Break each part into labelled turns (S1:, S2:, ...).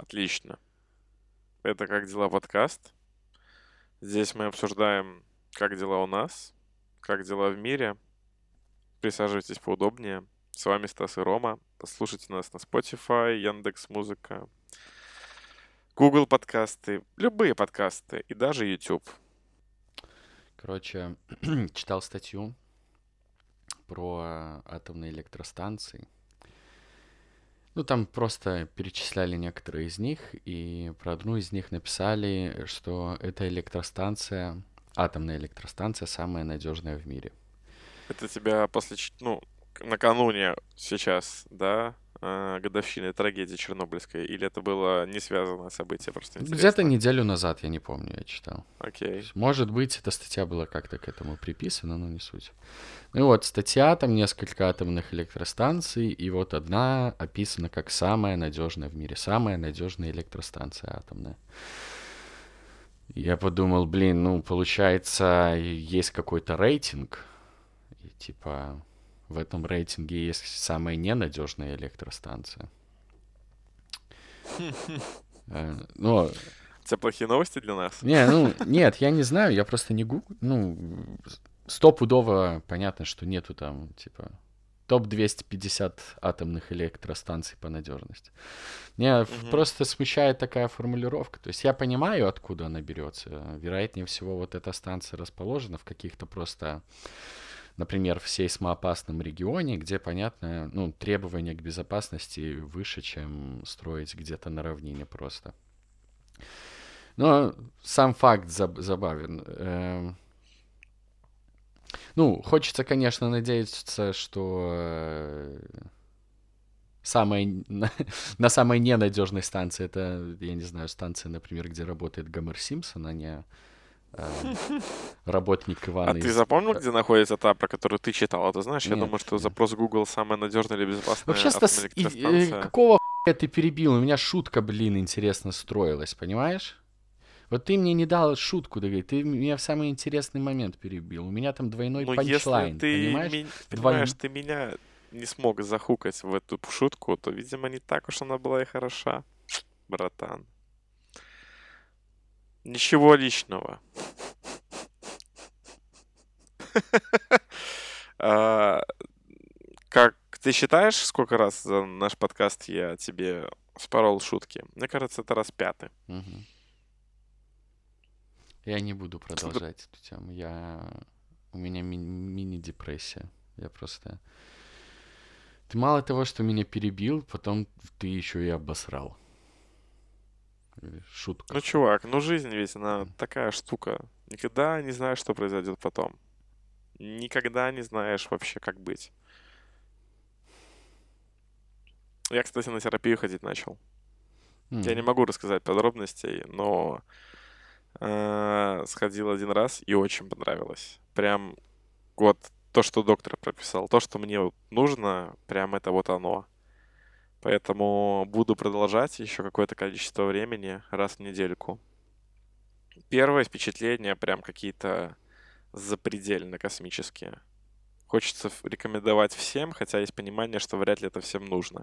S1: Отлично. Это «Как дела?» подкаст. Здесь мы обсуждаем, как дела у нас, как дела в мире. Присаживайтесь поудобнее. С вами Стас и Рома. Послушайте нас на Spotify, Яндекс.Музыка, Google подкасты, любые подкасты и даже YouTube.
S2: Короче, читал статью про атомные электростанции. Ну, там просто перечисляли некоторые из них, и про одну из них написали, что эта электростанция, атомная электростанция, самая надежная в мире.
S1: Это тебя накануне сейчас, да, годовщины трагедии Чернобыльской, или это было не связанное событие, просто
S2: Где-то
S1: интересно?
S2: неделю назад, я не помню, я читал.
S1: Окей.
S2: Может быть, эта статья была как-то к этому приписана, но не суть. Ну и вот статья, там несколько атомных электростанций, и вот одна описана как самая надежная в мире, самая надежная электростанция атомная. Я подумал, блин, ну, получается, есть какой-то рейтинг, и типа в этом рейтинге есть самая ненадежная электростанция. Ну,
S1: У тебя плохие новости для нас?
S2: нет, я не знаю, я просто не гуглю, ну, стопудово понятно, что нету там, типа, топ-250 атомных электростанций по надежности. Меня
S1: Мгм.
S2: просто смущает такая формулировка. То есть я понимаю, откуда она берется. Вероятнее всего, вот эта станция расположена в каких-то просто, например, в сейсмоопасном регионе, где, понятно, ну, требования к безопасности выше, чем строить где-то на равнине просто. Но сам факт забавен. Ну, хочется, конечно, надеяться, что на самой ненадежной станции это, я не знаю, станция, например, где работает Гомер Симпсон, а не э, работник
S1: А
S2: Ивана
S1: ты
S2: из...
S1: запомнил, где находится та, про которую ты читал? А ты знаешь, я
S2: Нет,
S1: думаю, что
S2: нет.
S1: запрос Google «Самая надежная или безопасная
S2: Вообще,
S1: атомная
S2: Стас,
S1: электростанция».
S2: какого хуя ты перебил? У меня шутка, блин, интересно строилась, понимаешь? Вот ты мне не дал шутку договорить, ты меня в самый интересный момент перебил. У меня там двойной
S1: Но если
S2: панчлайн,
S1: ты
S2: понимаешь?
S1: понимаешь,
S2: Двойной...
S1: ты меня не смог захукать в эту шутку, то, видимо, не так уж она была и хороша, братан. Ничего личного. А, Как ты считаешь, сколько раз за наш подкаст я тебе спорол шутки? Мне кажется, это раз пятый.
S2: Мгм. Я не буду
S1: Что-то
S2: продолжать эту тему. У меня мини-депрессия. Я просто... Ты мало того, что меня перебил, потом ты еще и обосрал. В
S1: Ну,
S2: шутках.
S1: чувак, ну жизнь ведь, она такая штука. Никогда не знаешь, что произойдет потом. Никогда не знаешь вообще, как быть. Я, кстати, на терапию ходить начал. Я не
S2: М.
S1: могу рассказать подробностей, но сходил один раз и очень понравилось. Прям вот то, что доктор прописал, то, что мне вот нужно, прям это вот оно. Поэтому буду продолжать еще какое-то количество времени, раз в недельку. Первое впечатление прям какие-то запредельно космические. Хочется рекомендовать всем, хотя есть понимание, что вряд ли это всем нужно.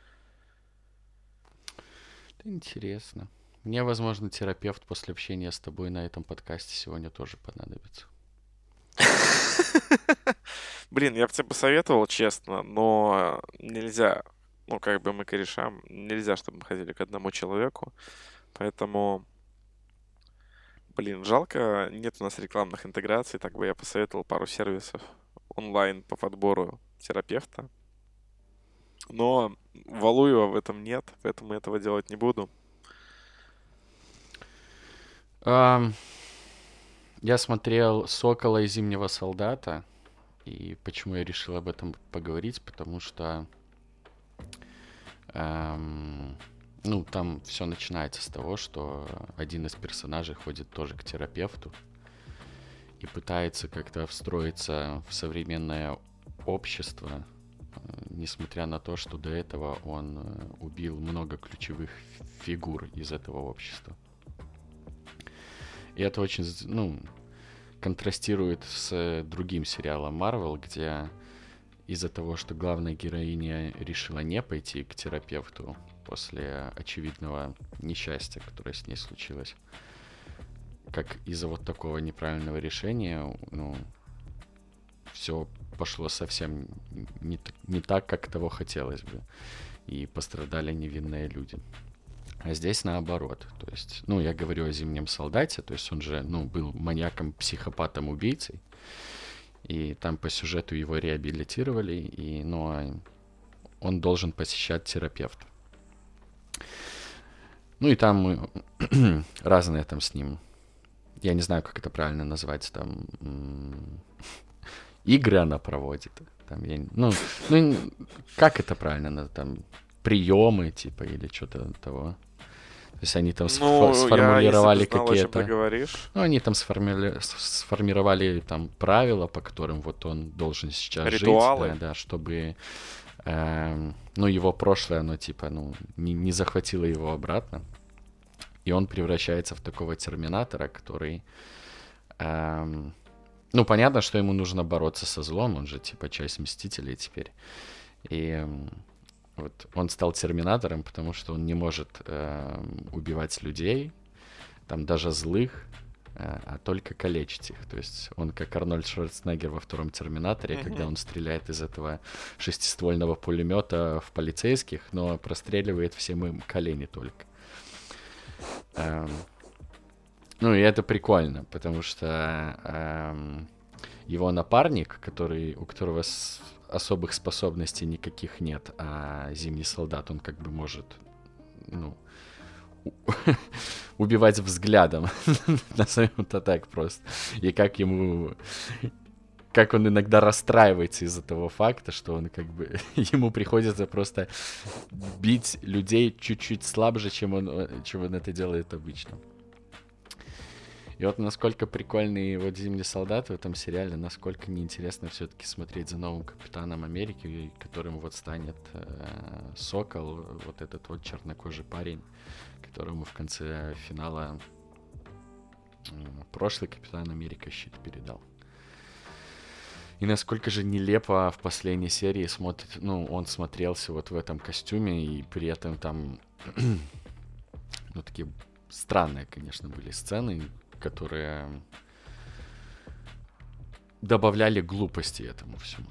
S2: Это интересно. Мне, возможно, терапевт после общения с тобой на этом подкасте сегодня тоже понадобится.
S1: Блин, я бы тебе посоветовал, честно, но нельзя. Ну, как бы мы корешам, нельзя, чтобы мы ходили к одному человеку. Поэтому, блин, жалко, нет у нас рекламных интеграций. Так бы я посоветовал пару сервисов онлайн по подбору терапевта. Но Валуева в этом нет, поэтому этого делать не буду.
S2: Ам, я смотрел «Сокола и Зимнего солдата». И почему я решил об этом поговорить? Потому что ам, ну, там все начинается с того, что один из персонажей ходит тоже к терапевту и пытается как-то встроиться в современное общество, несмотря на то, что до этого он убил много ключевых фигур из этого общества. И это очень, ну, контрастирует с другим сериалом Marvel, где из-за того, что главная героиня решила не пойти к терапевту после очевидного несчастья, которое с ней случилось, как из-за вот такого неправильного решения, ну, все пошло совсем не так, как того хотелось бы. И пострадали невинные люди. А здесь наоборот. То есть, ну, я говорю о Зимнем солдате, то есть он же, ну, был маньяком, психопатом, убийцей. И там по сюжету его реабилитировали, и, ну, он должен посещать терапевта. Ну, и там разные там с ним, я не знаю, как это правильно назвать, там игры она проводит. Там, ну, как это правильно, там приемы, типа, или что-то того. То есть они там
S1: Ну, я, если бы
S2: сформулировали
S1: знал, о чем ты
S2: какие-то...
S1: говоришь.
S2: Ну, они там сформировали там правила, по которым вот он должен сейчас
S1: Ритуалы.
S2: жить, да, чтобы, ну, его прошлое, оно типа, ну, не захватило его обратно. И он превращается в такого терминатора, который... ну, понятно, что ему нужно бороться со злом, он же типа часть Мстителей теперь. И вот он стал терминатором, потому что он не может убивать людей, там даже злых, а только калечить их. То есть он как Арнольд Шварценеггер во втором Терминаторе, когда он стреляет из этого шестиствольного пулемета в полицейских, но простреливает всем им колени только. Ну и это прикольно, потому что его напарник, у которого особых способностей никаких нет, а Зимний солдат, он как бы может, ну, убивать взглядом, назовем это так просто. И как он иногда расстраивается из-за того факта, что он как бы ему приходится просто бить людей чуть-чуть слабже, чем он это делает обычно. И вот насколько прикольный вот Зимний солдат в этом сериале, насколько неинтересно все-таки смотреть за новым Капитаном Америки, которым вот станет Сокол, вот этот вот чернокожий парень, которому в конце финала прошлый Капитан Америка щит передал. И насколько же нелепо в последней серии он смотрелся вот в этом костюме, и при этом там, ну, такие странные, конечно, были сцены, которые добавляли глупости этому всему.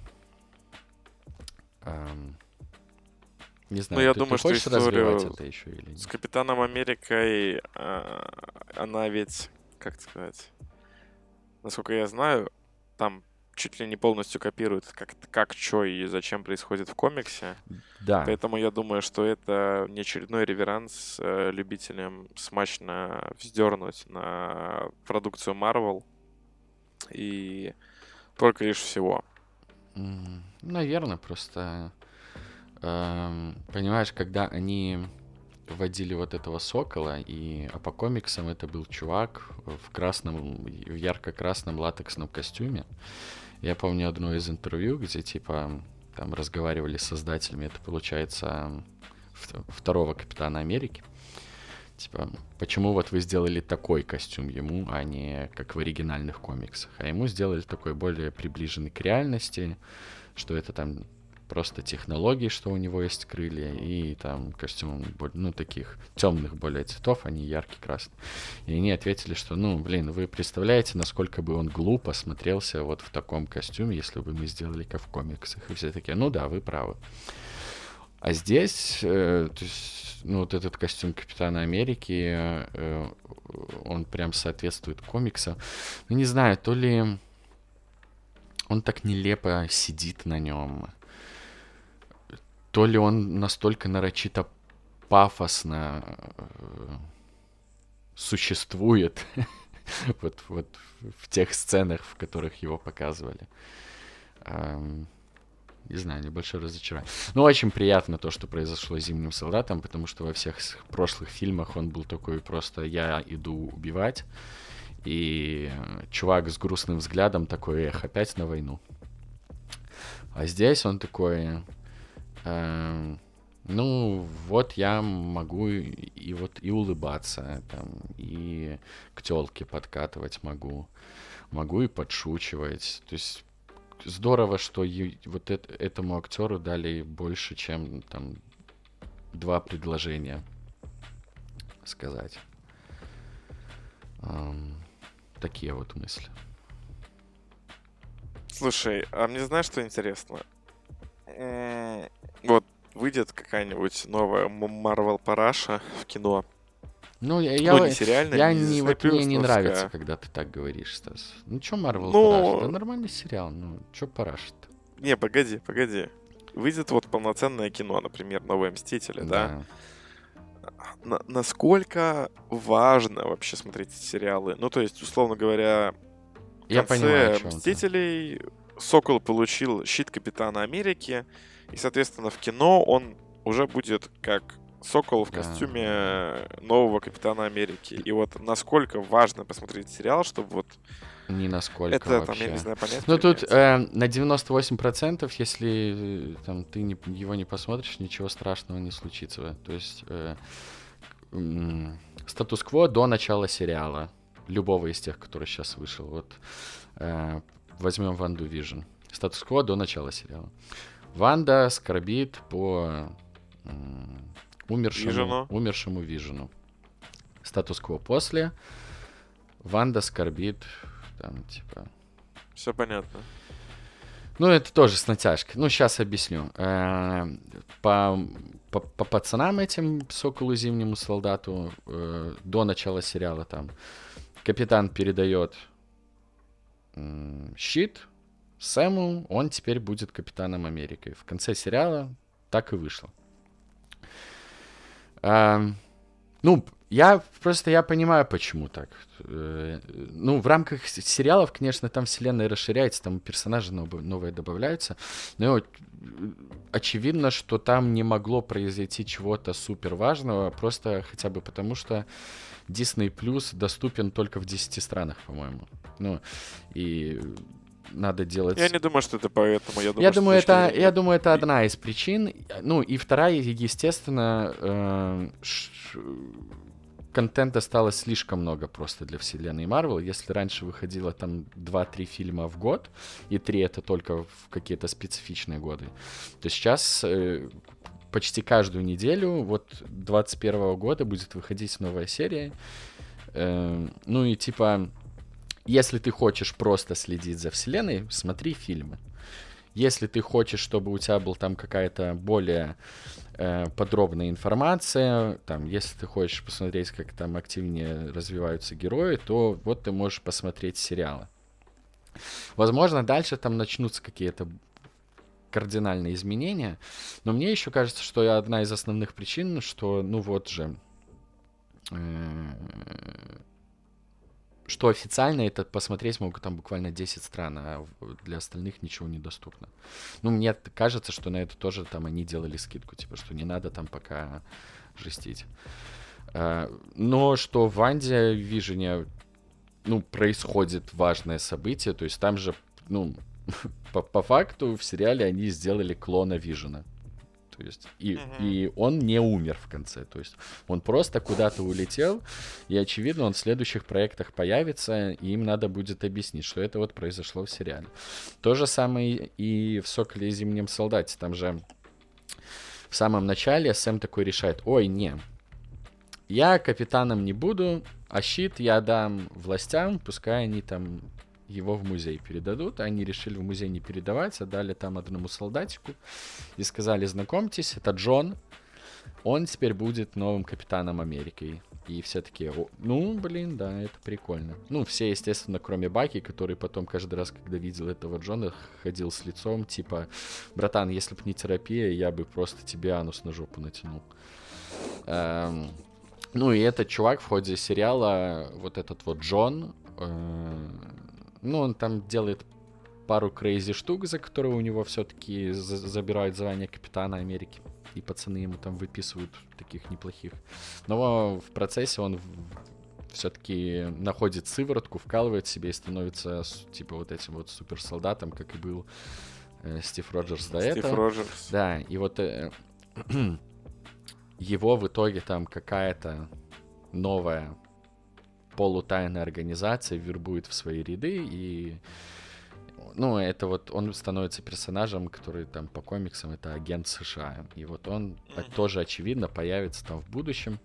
S2: Не знаю,
S1: Ну, я
S2: ты
S1: думаю, что
S2: хочешь развивать
S1: историю
S2: это еще или нет?
S1: с Капитаном Америкой, она ведь, как сказать, насколько я знаю, там чуть ли не полностью копирует, как что и зачем происходит в комиксе.
S2: Да.
S1: Поэтому я думаю, что это не очередной реверанс любителям смачно вздернуть на продукцию Marvel. И только лишь всего.
S2: Наверное, просто... понимаешь, когда они вводили вот этого Сокола, а по комиксам это был чувак в ярко-красном латексном костюме. Я помню одно из интервью, где типа там разговаривали с создателями, это получается второго Капитана Америки. Типа, почему вот вы сделали такой костюм ему, а не как в оригинальных комиксах? А ему сделали такой более приближенный к реальности, что это там просто технологии, что у него есть крылья, и там костюм, ну, таких темных более цветов, а не яркий красный. И они ответили, что, ну, блин, вы представляете, насколько бы он глупо смотрелся вот в таком костюме, если бы мы сделали как в комиксах. И все такие, ну да, вы правы. А здесь, то есть, ну, вот этот костюм Капитана Америки, он прям соответствует комиксу. Ну, не знаю, то ли он так нелепо сидит на нем, то ли он настолько нарочито пафосно существует вот в тех сценах, в которых его показывали. Не знаю, небольшое разочарование. Но очень приятно то, что произошло с Зимним солдатом, потому что во всех прошлых фильмах он был такой просто «я иду убивать», и чувак с грустным взглядом такой «эх, опять на войну». А здесь он такой... ну, вот я могу и улыбаться, там, и к тёлке подкатывать могу и подшучивать. То есть здорово, что вот этому актеру дали больше, чем там 2 предложения сказать. Такие вот мысли.
S1: Слушай, а мне знаешь, что интересно? Вот выйдет какая-нибудь новая Marvel параша в кино.
S2: Ну,
S1: Ну, не сериальная, не
S2: вот мне не нравится,
S1: дисней-плюсовская.
S2: когда ты так говоришь, Стас. Ну, чё Marvel Параш? Да
S1: Ну,
S2: нормальный сериал, ну, чё Параш-то?
S1: не, погоди. Выйдет вот полноценное кино, например, «Новые Мстители», да?
S2: Да.
S1: Насколько важно вообще смотреть эти сериалы? Ну, то есть, условно говоря, в
S2: Я понимаю, о
S1: конце
S2: чем ты.
S1: «Мстителей» Сокол получил щит Капитана Америки, и, соответственно, в кино он уже будет как Сокол в
S2: Да.
S1: костюме нового Капитана Америки. И вот насколько важно посмотреть сериал, чтобы вот
S2: Ни насколько
S1: это, там, я
S2: вообще.
S1: не знаю, понять,
S2: Ну, тут
S1: принять.
S2: на 98%, если там ты его не посмотришь, ничего страшного не случится. То есть статус-кво до начала сериала. Любого из тех, который сейчас вышел. Вот возьмем Ванду Вижн. Статус-кво до начала сериала. Ванда скорбит по
S1: Вижену.
S2: умершему Вижену. Статус-кво после. Ванда скорбит там, типа...
S1: Все понятно.
S2: Ну, это тоже с натяжкой. Ну, сейчас объясню. По пацанам этим, Соколу Зимнему Солдату, до начала сериала там, капитан передает щит Сэму, он теперь будет капитаном Америки. В конце сериала так и вышло. Ну, я понимаю, почему так. Ну, в рамках сериалов, конечно, там вселенная расширяется, там персонажи новые добавляются, но очевидно, что там не могло произойти чего-то супер важного, просто хотя бы потому, что Disney Plus доступен только в 10 странах, по-моему. Ну, и надо делать...
S1: Я не думаю, что это поэтому. Я
S2: Я
S1: думаю,
S2: думаю, это одна из причин. Ну, и вторая, естественно, контента стало слишком много просто для вселенной Марвел. Если раньше выходило там 2-3 фильма в год, и 3 это только в какие-то специфичные годы, то сейчас почти каждую неделю, вот 2021 года будет выходить новая серия. Ну и типа, если ты хочешь просто следить за вселенной, смотри фильмы. Если ты хочешь, чтобы у тебя был там какая-то более подробная информация, там, если ты хочешь посмотреть, как там активнее развиваются герои, то вот ты можешь посмотреть сериалы. Возможно, дальше там начнутся какие-то кардинальные изменения, но мне еще кажется, что одна из основных причин, что, ну вот же, что официально это посмотреть могут там буквально 10 стран, а для остальных ничего не доступно. Ну, мне кажется, что на это тоже там они делали скидку, типа, что не надо там пока жестить. Но что в Ванде Вижене, ну, происходит важное событие, то есть там же, ну, по факту в сериале они сделали клона Вижена. То есть, и он не умер в конце. То есть он просто куда-то улетел, и, очевидно, он в следующих проектах появится, и им надо будет объяснить, что это вот произошло в сериале. То же самое и в «Соколе и Зимнем Солдате». Там же в самом начале Сэм такой решает: ой, не, я капитаном не буду, а щит я дам властям, пускай они там его в музей передадут. Они решили в музей не передавать, отдали там одному солдатику и сказали: знакомьтесь, это Джон, он теперь будет новым капитаном Америки. И все такие: ну, блин, да, это прикольно. Ну, все, естественно, кроме Баки, который потом каждый раз, когда видел этого Джона, ходил с лицом, типа: братан, если бы не терапия, я бы просто тебе анус на жопу натянул. Ну, и этот чувак в ходе сериала, вот этот вот Джон, ну, он там делает пару крейзи штук, за которые у него все-таки забирают звание капитана Америки. И пацаны ему там выписывают таких неплохих. Но в процессе он все-таки находит сыворотку, вкалывает себе и становится типа вот этим вот суперсолдатом, как и был Стив Роджерс до этого.
S1: Стив Роджерс.
S2: Да, и вот его в итоге там какая-то новая полутайная организация вербует в свои ряды, и ну, это вот он становится персонажем, который там по комиксам это агент США. И вот он тоже, очевидно, появится там в будущем.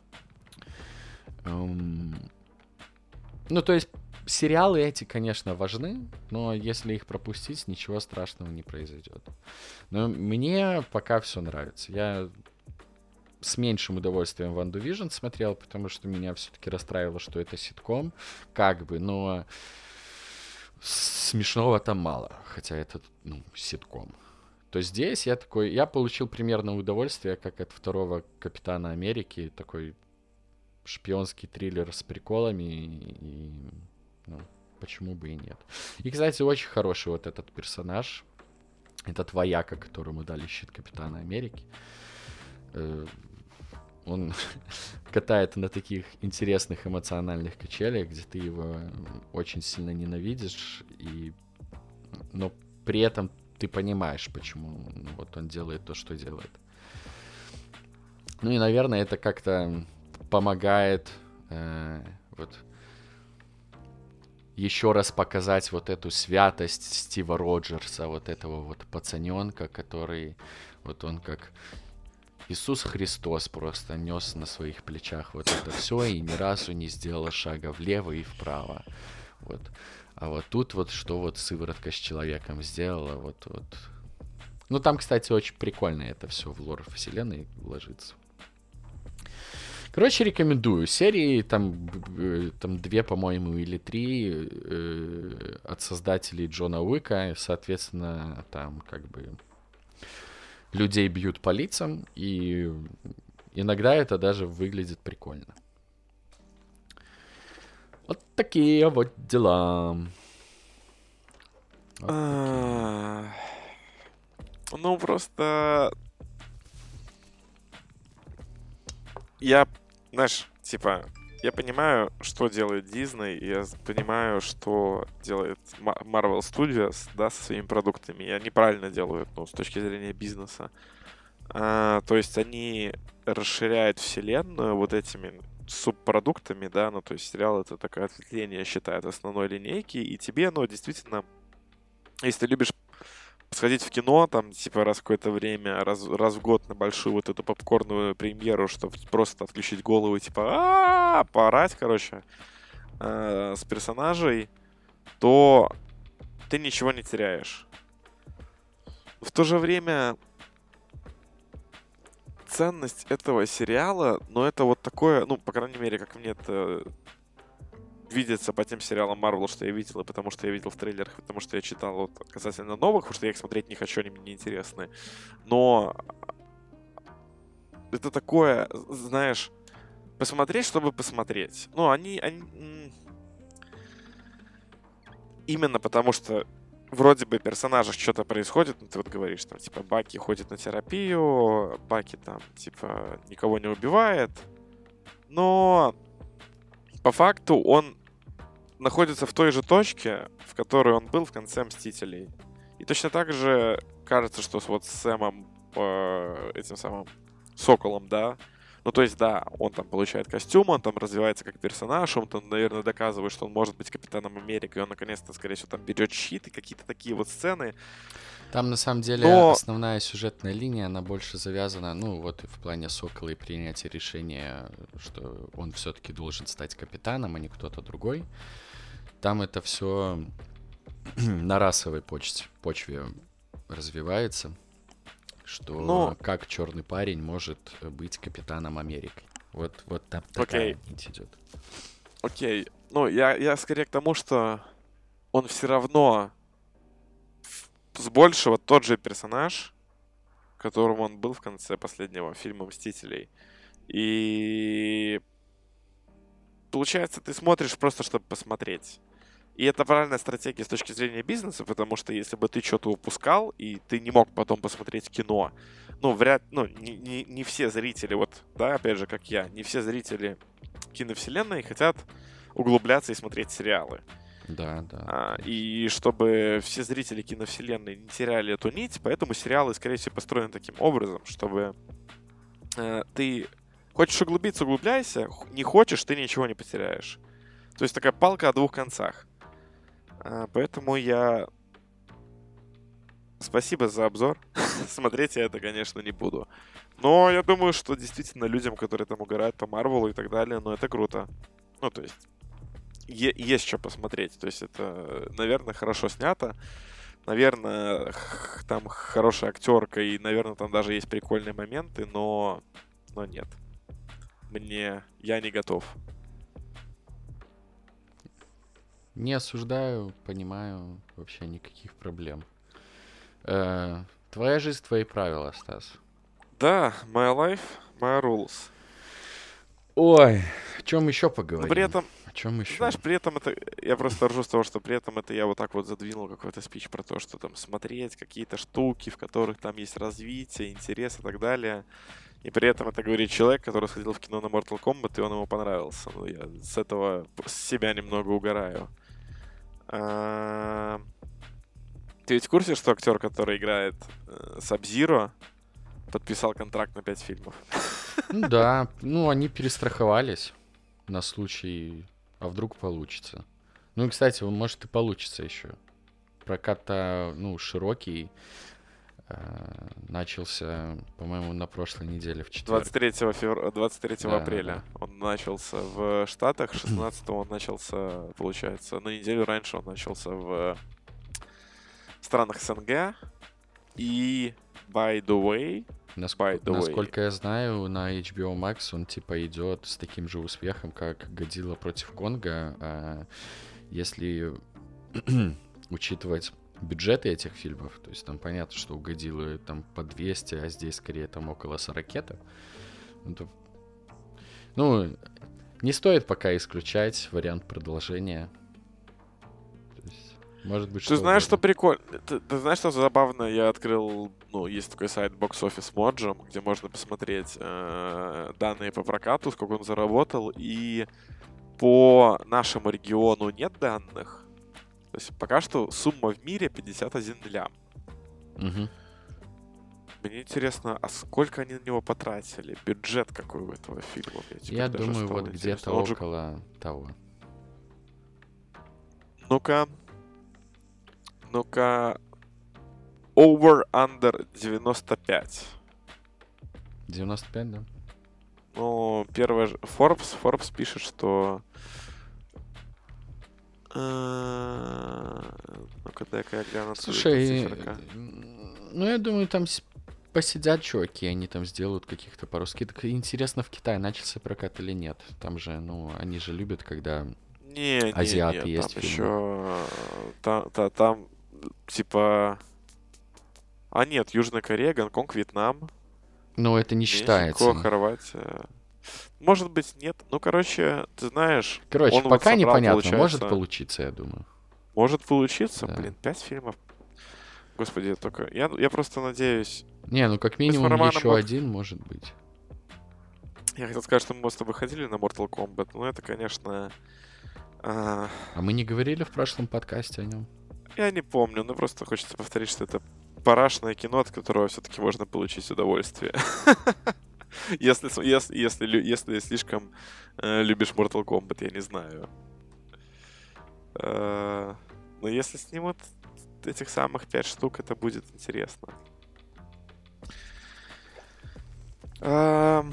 S2: Ну, то есть, сериалы эти, конечно, важны, но если их пропустить, ничего страшного не произойдет. Но мне пока все нравится. Я с меньшим удовольствием Ванду Вижн смотрел, потому что меня все-таки расстраивало, что это ситком, как бы, но смешного там мало, хотя это, ну, ситком. То здесь я получил примерно удовольствие, как от второго Капитана Америки, такой шпионский триллер с приколами, и ну, почему бы и нет. И, кстати, очень хороший вот этот персонаж, этот вояка, которому дали щит Капитана Америки. Он катает на таких интересных эмоциональных качелях, где ты его очень сильно ненавидишь, но при этом ты понимаешь, почему вот он делает то, что делает. Ну и, наверное, это как-то помогает вот еще раз показать вот эту святость Стива Роджерса, вот этого вот пацаненка, который вот он как Иисус Христос просто нес на своих плечах вот это все и ни разу не сделал шага влево и вправо. Вот. А вот тут вот что вот сыворотка с человеком сделала, вот. Ну там, кстати, очень прикольно это все в лор вселенной ложится. Короче, рекомендую. Серии там 2, по-моему, или 3 от создателей Джона Уика. Соответственно, там как бы людей бьют по лицам, и иногда это даже выглядит прикольно. Вот такие вот дела. Вот такие.
S1: Ну, просто... Я, знаешь, типа, я понимаю, что делает Disney, и я понимаю, что делает Marvel Studios, да, со своими продуктами. И они правильно делают, ну, с точки зрения бизнеса. То есть они расширяют вселенную вот этими субпродуктами, да, ну, то есть сериал — это такое ответвление, я считаю, от основной линейки, и тебе, ну, действительно, если ты любишь сходить в кино, там, типа, раз в какое-то время, раз в год на большую вот эту попкорную премьеру, чтобы просто отключить голову и, типа, поорать, короче, с персонажей, то ты ничего не теряешь. В то же время ценность этого сериала, но это вот такое, ну, по крайней мере, как мне это видится по тем сериалам Marvel, что я видел, и потому что я видел в трейлерах, потому что я читал вот касательно новых, потому что я их смотреть не хочу, они мне не интересны. Но это такое, знаешь, посмотреть, чтобы посмотреть. Ну, они именно потому что вроде бы в персонажах что-то происходит, ну, ты вот говоришь, там, типа, Баки ходит на терапию, Баки там, типа, никого не убивает, но по факту он находится в той же точке, в которой он был в конце «Мстителей». И точно так же кажется, что вот с Сэмом, этим самым Соколом, да, ну, то есть, да, он там получает костюм, он там развивается как персонаж, он там, наверное, доказывает, что он может быть Капитаном Америкой, и он, наконец-то, скорее всего, там берет щит и какие-то такие вот сцены.
S2: Там, на самом деле, основная сюжетная линия, она больше завязана, ну, вот в плане Сокола и принятия решения, что он все-таки должен стать капитаном, а не кто-то другой. Там это все на расовой почве развивается, что как черный парень может быть Капитаном Америки. Вот там такая нить идет.
S1: Окей. Ну, я скорее к тому, что он все равно с большего тот же персонаж, которым он был в конце последнего фильма «Мстителей». И получается, ты смотришь просто, чтобы посмотреть. И это правильная стратегия с точки зрения бизнеса, потому что если бы ты что-то упускал, и ты не мог потом посмотреть кино, ну, не все зрители, вот, да, опять же, как я, не все зрители киновселенной хотят углубляться и смотреть сериалы.
S2: Да.
S1: И чтобы все зрители киновселенной не теряли эту нить, поэтому сериалы, скорее всего, построены таким образом, чтобы ты хочешь углубиться — углубляйся, не хочешь — ты ничего не потеряешь. То есть такая палка о двух концах. Поэтому я Спасибо за обзор. Смотреть я это, конечно, не буду. Но я думаю, что действительно людям, которые там угорают по Марвелу и так далее, ну это круто. Ну, то есть, есть что посмотреть. То есть это, наверное, хорошо снято. Наверное, там хорошая актерка, и, наверное, там даже есть прикольные моменты, но нет. Я не готов.
S2: Не осуждаю, понимаю, вообще никаких проблем. Твоя жизнь, твои правила, Стас.
S1: Да, my life, my rules.
S2: Ой, о чем еще
S1: Но при
S2: поговорим?
S1: этом,
S2: О чем еще?
S1: знаешь, при этом это... Я просто ржу с того, что при этом это я вот так вот задвинул какой-то спич про то, что там смотреть какие-то штуки, в которых там есть развитие, интерес и так далее. И при этом это говорит человек, который сходил в кино на Mortal Kombat, и он ему понравился. Ну, я с этого с себя немного угораю. А, Ты ведь в курсе, что актер, который играет Саб-Зиро, подписал контракт на 5 фильмов?
S2: Ну да, ну они перестраховались на случай, а вдруг получится. Ну и, кстати, может и получится еще. Прокат-то, ну, широкий. Начался, по-моему, на прошлой неделе в четверг.
S1: 23
S2: Да, да,
S1: апреля
S2: да.
S1: он начался в Штатах, 16 он начался, получается, на неделю раньше он начался в странах СНГ. И, by the way,
S2: Насколько я знаю, на HBO Max он типа идет с таким же успехом, как Годзилла против Конга. Если учитывать бюджеты этих фильмов, то есть там понятно, что у Годзиллы там по 200, а здесь скорее там около 40. Ну, не стоит пока исключать вариант продолжения. То есть, может быть,
S1: ты
S2: что
S1: знаешь, что
S2: угодно.
S1: прикольно? Ты знаешь, что забавно? Я открыл, ну, есть такой сайт Box Office Mojo, где можно посмотреть данные по прокату, сколько он заработал, и по нашему региону нет данных. То есть пока что сумма в мире 51 лям.
S2: Мгм.
S1: Мне интересно, а сколько они на него потратили? Бюджет какой у этого фильма? Мне теперь
S2: Я
S1: даже
S2: думаю, вот
S1: стало
S2: где-то
S1: интересно. Он же...
S2: около того.
S1: Ну-ка, ну-ка, over-under 95.
S2: 95, да?
S1: Ну, первое же... Forbes пишет, что... Ну-ка, дай-ка я гляну, откуда эта
S2: Слушай,
S1: циферка.
S2: ну я думаю, там посидят чуваки, они там сделают каких-то пару скидок. Интересно, в Китае начался прокат или нет? Там же, ну, они же любят, когда
S1: Не-не-не,
S2: азиаты
S1: там
S2: есть в фильмах.
S1: еще... Там, типа... А нет, Южная Корея, Гонконг, Вьетнам,
S2: Но это не
S1: Мехико,
S2: считается.
S1: Хорватия. Может быть, нет. Ну, короче, ты знаешь,
S2: Короче,
S1: он вот
S2: пока
S1: собрал,
S2: непонятно, может
S1: получается...
S2: получиться, я думаю.
S1: Может получиться,
S2: Да.
S1: блин, 5 фильмов. Господи, я только... Я просто надеюсь...
S2: Не, ну как
S1: Мы с
S2: минимум
S1: Романом
S2: еще
S1: вот...
S2: один может быть.
S1: Я хотел сказать, что мы с тобой ходили на Mortal Kombat, но это, конечно... а,
S2: А мы не говорили в прошлом подкасте о нем?
S1: Я не помню, но просто хочется повторить, что это парашное кино, от которого все-таки можно получить удовольствие. Если слишком любишь Mortal Kombat, я не знаю. Но если снимут этих самых 5 штук, это будет интересно. Ам,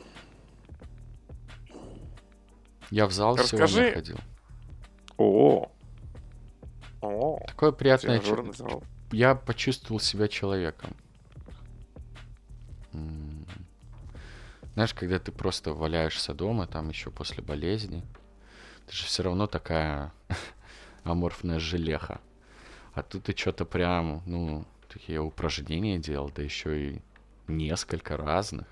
S2: Я в зал сегодня
S1: Расскажи...
S2: ходил.
S1: О,
S2: Такое приятное
S1: тренажерный зал.
S2: Я почувствовал себя человеком. Знаешь, когда ты просто валяешься дома, там еще после болезни, ты же все равно такая аморфная желеха. А тут ты что-то прям, ну, такие упражнения делал, да еще и несколько разных.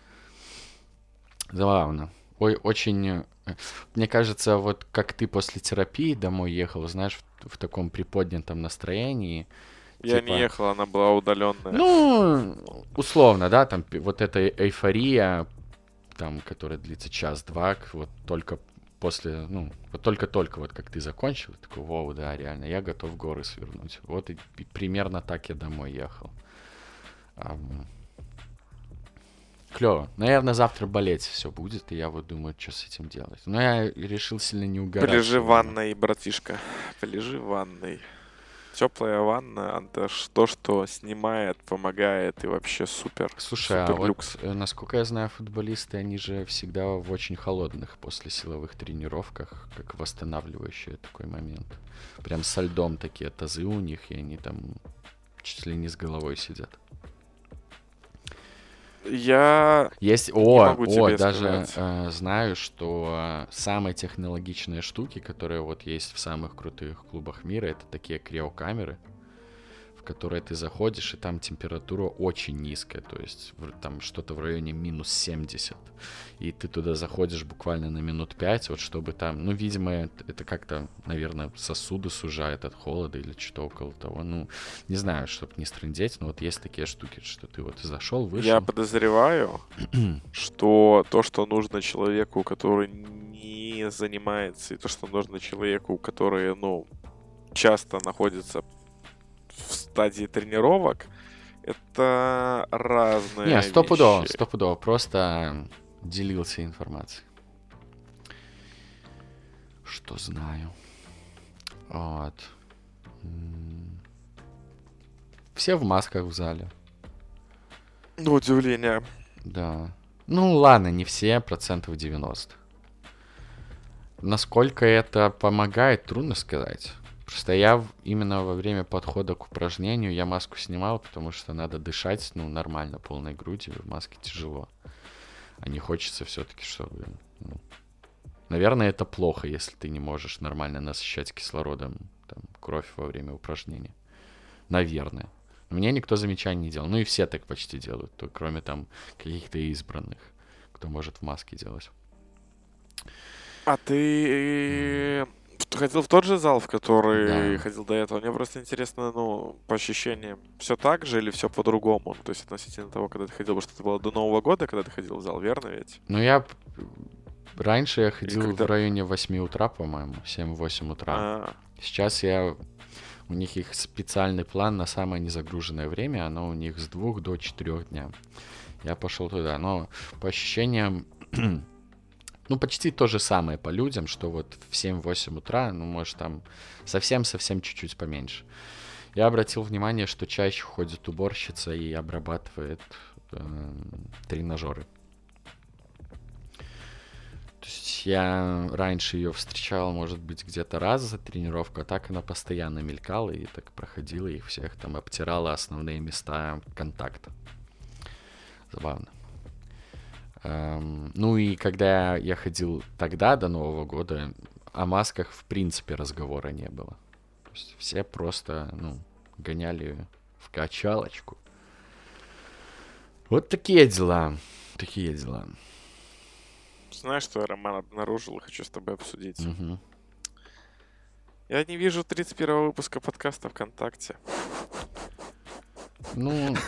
S2: Забавно. Ой, очень... Мне кажется, вот как ты после терапии домой ехал, знаешь, в таком приподнятом настроении,
S1: Я не
S2: типа,
S1: ехал, она была удаленная.
S2: ну, условно, да, там вот эта эйфория, там, которая длится час-два, вот только после, ну, вот только-только вот как ты закончил, такой, вау, да, реально, я готов горы свернуть. Вот и примерно так я домой ехал. Клево. Наверное, завтра болеть все будет, и я вот думаю, что с этим делать. Но я решил сильно не угорать
S1: Полежи в
S2: сегодня.
S1: ванной, братишка. Полежи в ванной. Теплая ванна, это то, что снимает, помогает и вообще супер.
S2: Слушай, а
S1: Супер
S2: вот,
S1: люкс.
S2: насколько я знаю, футболисты, они же всегда в очень холодных после силовых тренировках, как восстанавливающий такой момент. Прям со льдом такие тазы у них, и они там чуть ли не с головой сидят.
S1: Я
S2: Есть,
S1: не могу тебе
S2: даже
S1: сказать.
S2: знаю, что самые технологичные штуки, которые вот есть в самых крутых клубах мира, это такие криокамеры, в которые ты заходишь, и там температура очень низкая, то есть там что-то в районе минус 70. И ты туда заходишь буквально на минут 5, вот чтобы там, ну, видимо, это как-то, наверное, сосуды сужает от холода или что-то около того. Ну, не знаю, чтобы не стрындеть, но вот есть такие штуки, что ты вот зашел,
S1: Я
S2: вышел.
S1: подозреваю, что то, что нужно человеку, который не занимается, и то, что нужно человеку, который, ну, часто находится в стадии тренировок, это
S2: Не,
S1: разные
S2: стопудово,
S1: вещи.
S2: стопудово, просто делился информацией. Что знаю. Вот. Все в масках в зале.
S1: Ну, удивление.
S2: Да. Ну ладно, не все, 90%. Насколько это помогает, трудно сказать. Просто я именно во время подхода к упражнению я маску снимал, потому что надо дышать, ну, нормально, полной грудью, в маске тяжело. А не хочется все-таки, чтобы... Ну, наверное, это плохо, если ты не можешь нормально насыщать кислородом там, кровь во время упражнения. Наверное. Мне никто замечаний не делал. Ну и все так почти делают, кроме там каких-то избранных, кто может в маске делать.
S1: А ты ходил в тот же зал, в который
S2: Да.
S1: ходил до этого? Мне просто интересно, ну, по ощущениям, все так же или все по-другому? То есть относительно того, когда ты ходил, потому что это было до Нового года, когда ты ходил в зал, верно ведь?
S2: Ну раньше я
S1: Или
S2: ходил в
S1: когда...
S2: районе 8 утра, по-моему, 7-8 утра.
S1: А,
S2: Сейчас у них их специальный план на самое незагруженное время, оно у них с 2 до 4 дня. Я пошел туда, но по ощущениям, ну, почти то же самое по людям, что вот в 7-8 утра, ну, может, там совсем-совсем чуть-чуть поменьше. Я обратил внимание, что чаще ходит уборщица и обрабатывает тренажеры. То есть я раньше ее встречал, может быть, где-то раз за тренировку, а так она постоянно мелькала и так проходила их всех, там обтирала основные места контакта. Забавно. Ну и когда я ходил тогда, до Нового года, о масках в принципе разговора не было. То есть все просто, ну, гоняли в качалочку. Вот такие дела. Такие дела.
S1: знаешь, что я, Роман, обнаружил и хочу с тобой обсудить?
S2: Мгм.
S1: Я не вижу 31-го выпуска подкаста ВКонтакте.
S2: Ну,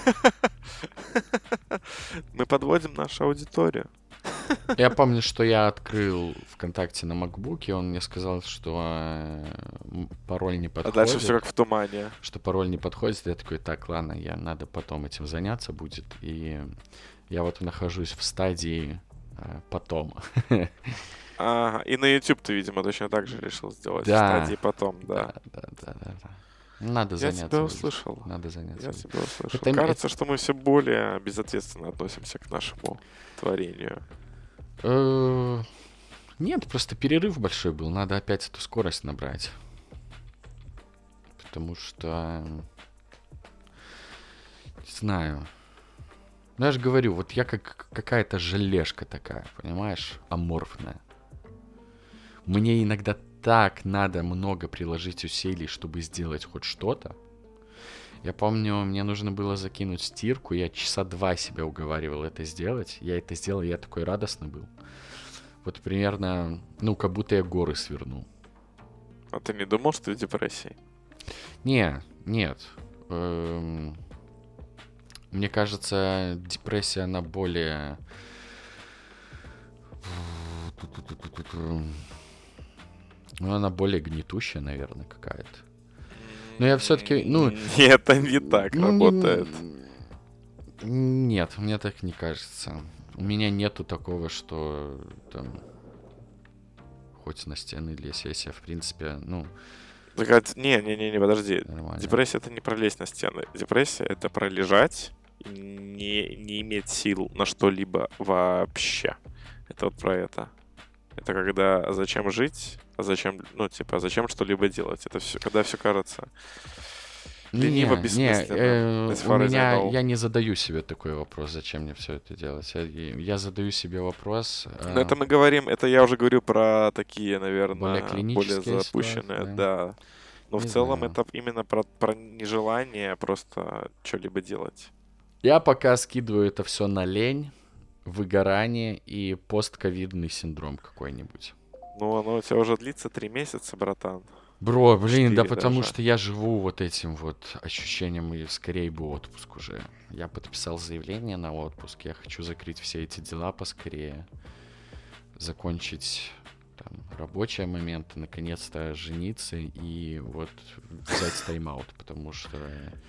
S1: Мы подводим нашу аудиторию.
S2: я помню, что я открыл ВКонтакте на макбуке, он мне сказал, что пароль не
S1: А дальше все
S2: подходит.
S1: как в тумане.
S2: Что пароль не подходит, я такой, так, ладно, надо потом этим заняться будет. И я вот нахожусь в стадии потом.
S1: Ага, и на YouTube ты, видимо, точно так же решил сделать в
S2: Да,
S1: стадии потом,
S2: да,
S1: да.
S2: да, да, да, да. Надо
S1: Я тебя
S2: заняться будет.
S1: услышал.
S2: Надо заняться
S1: Я
S2: будет.
S1: тебя услышал.
S2: Это,
S1: Кажется, что мы все более безответственно относимся к нашему творению.
S2: Нет, просто перерыв большой был. Надо опять эту скорость набрать. Потому что... Не знаю. Ну, я же говорю, вот я как какая-то желешка такая, понимаешь? Аморфная. Мне иногда так надо много приложить усилий, чтобы сделать хоть что-то. Я помню, мне нужно было закинуть стирку, я часа 2 себя уговаривал это сделать. Я это сделал, я такой радостный был. Вот примерно, ну, как будто я горы свернул.
S1: А ты не думал, что ты в депрессии?
S2: Нет. Мне кажется, депрессия, она более... Ну, она более гнетущая, наверное, какая-то. Но я все-таки, ну...
S1: Нет, это не так
S2: Ну,
S1: работает.
S2: Нет, мне так не кажется. У меня нету такого, что там... Хоть на стены лезь, если я, в принципе, ну...
S1: Не, подожди.
S2: Нормально.
S1: Депрессия — это не про лезть на стены. Депрессия — это про лежать и не иметь сил на что-либо вообще. Это вот про это. Это когда зачем жить, зачем, зачем что-либо делать. Это все, когда все кажется лениво, бессмысленным. As
S2: У
S1: far as I
S2: меня,
S1: know.
S2: я не задаю себе такой вопрос, зачем мне все это делать. Я задаю себе вопрос,
S1: Но это мы говорим, это я уже говорю про такие,
S2: более
S1: наверное, более
S2: клинические ситуации,
S1: запущенные,
S2: да.
S1: да. Но в
S2: Не
S1: целом
S2: знаю.
S1: это именно про нежелание просто что-либо делать.
S2: Я пока скидываю это все на лень, выгорание и постковидный синдром какой-нибудь.
S1: Ну, оно у тебя уже длится 3 месяца, братан.
S2: Бро, блин, да
S1: 4
S2: потому
S1: даже.
S2: что я живу вот этим вот ощущением, и скорее бы отпуск уже. Я подписал заявление на отпуск, я хочу закрыть все эти дела поскорее, закончить там рабочие моменты, наконец-то жениться и вот взять тайм-аут, потому что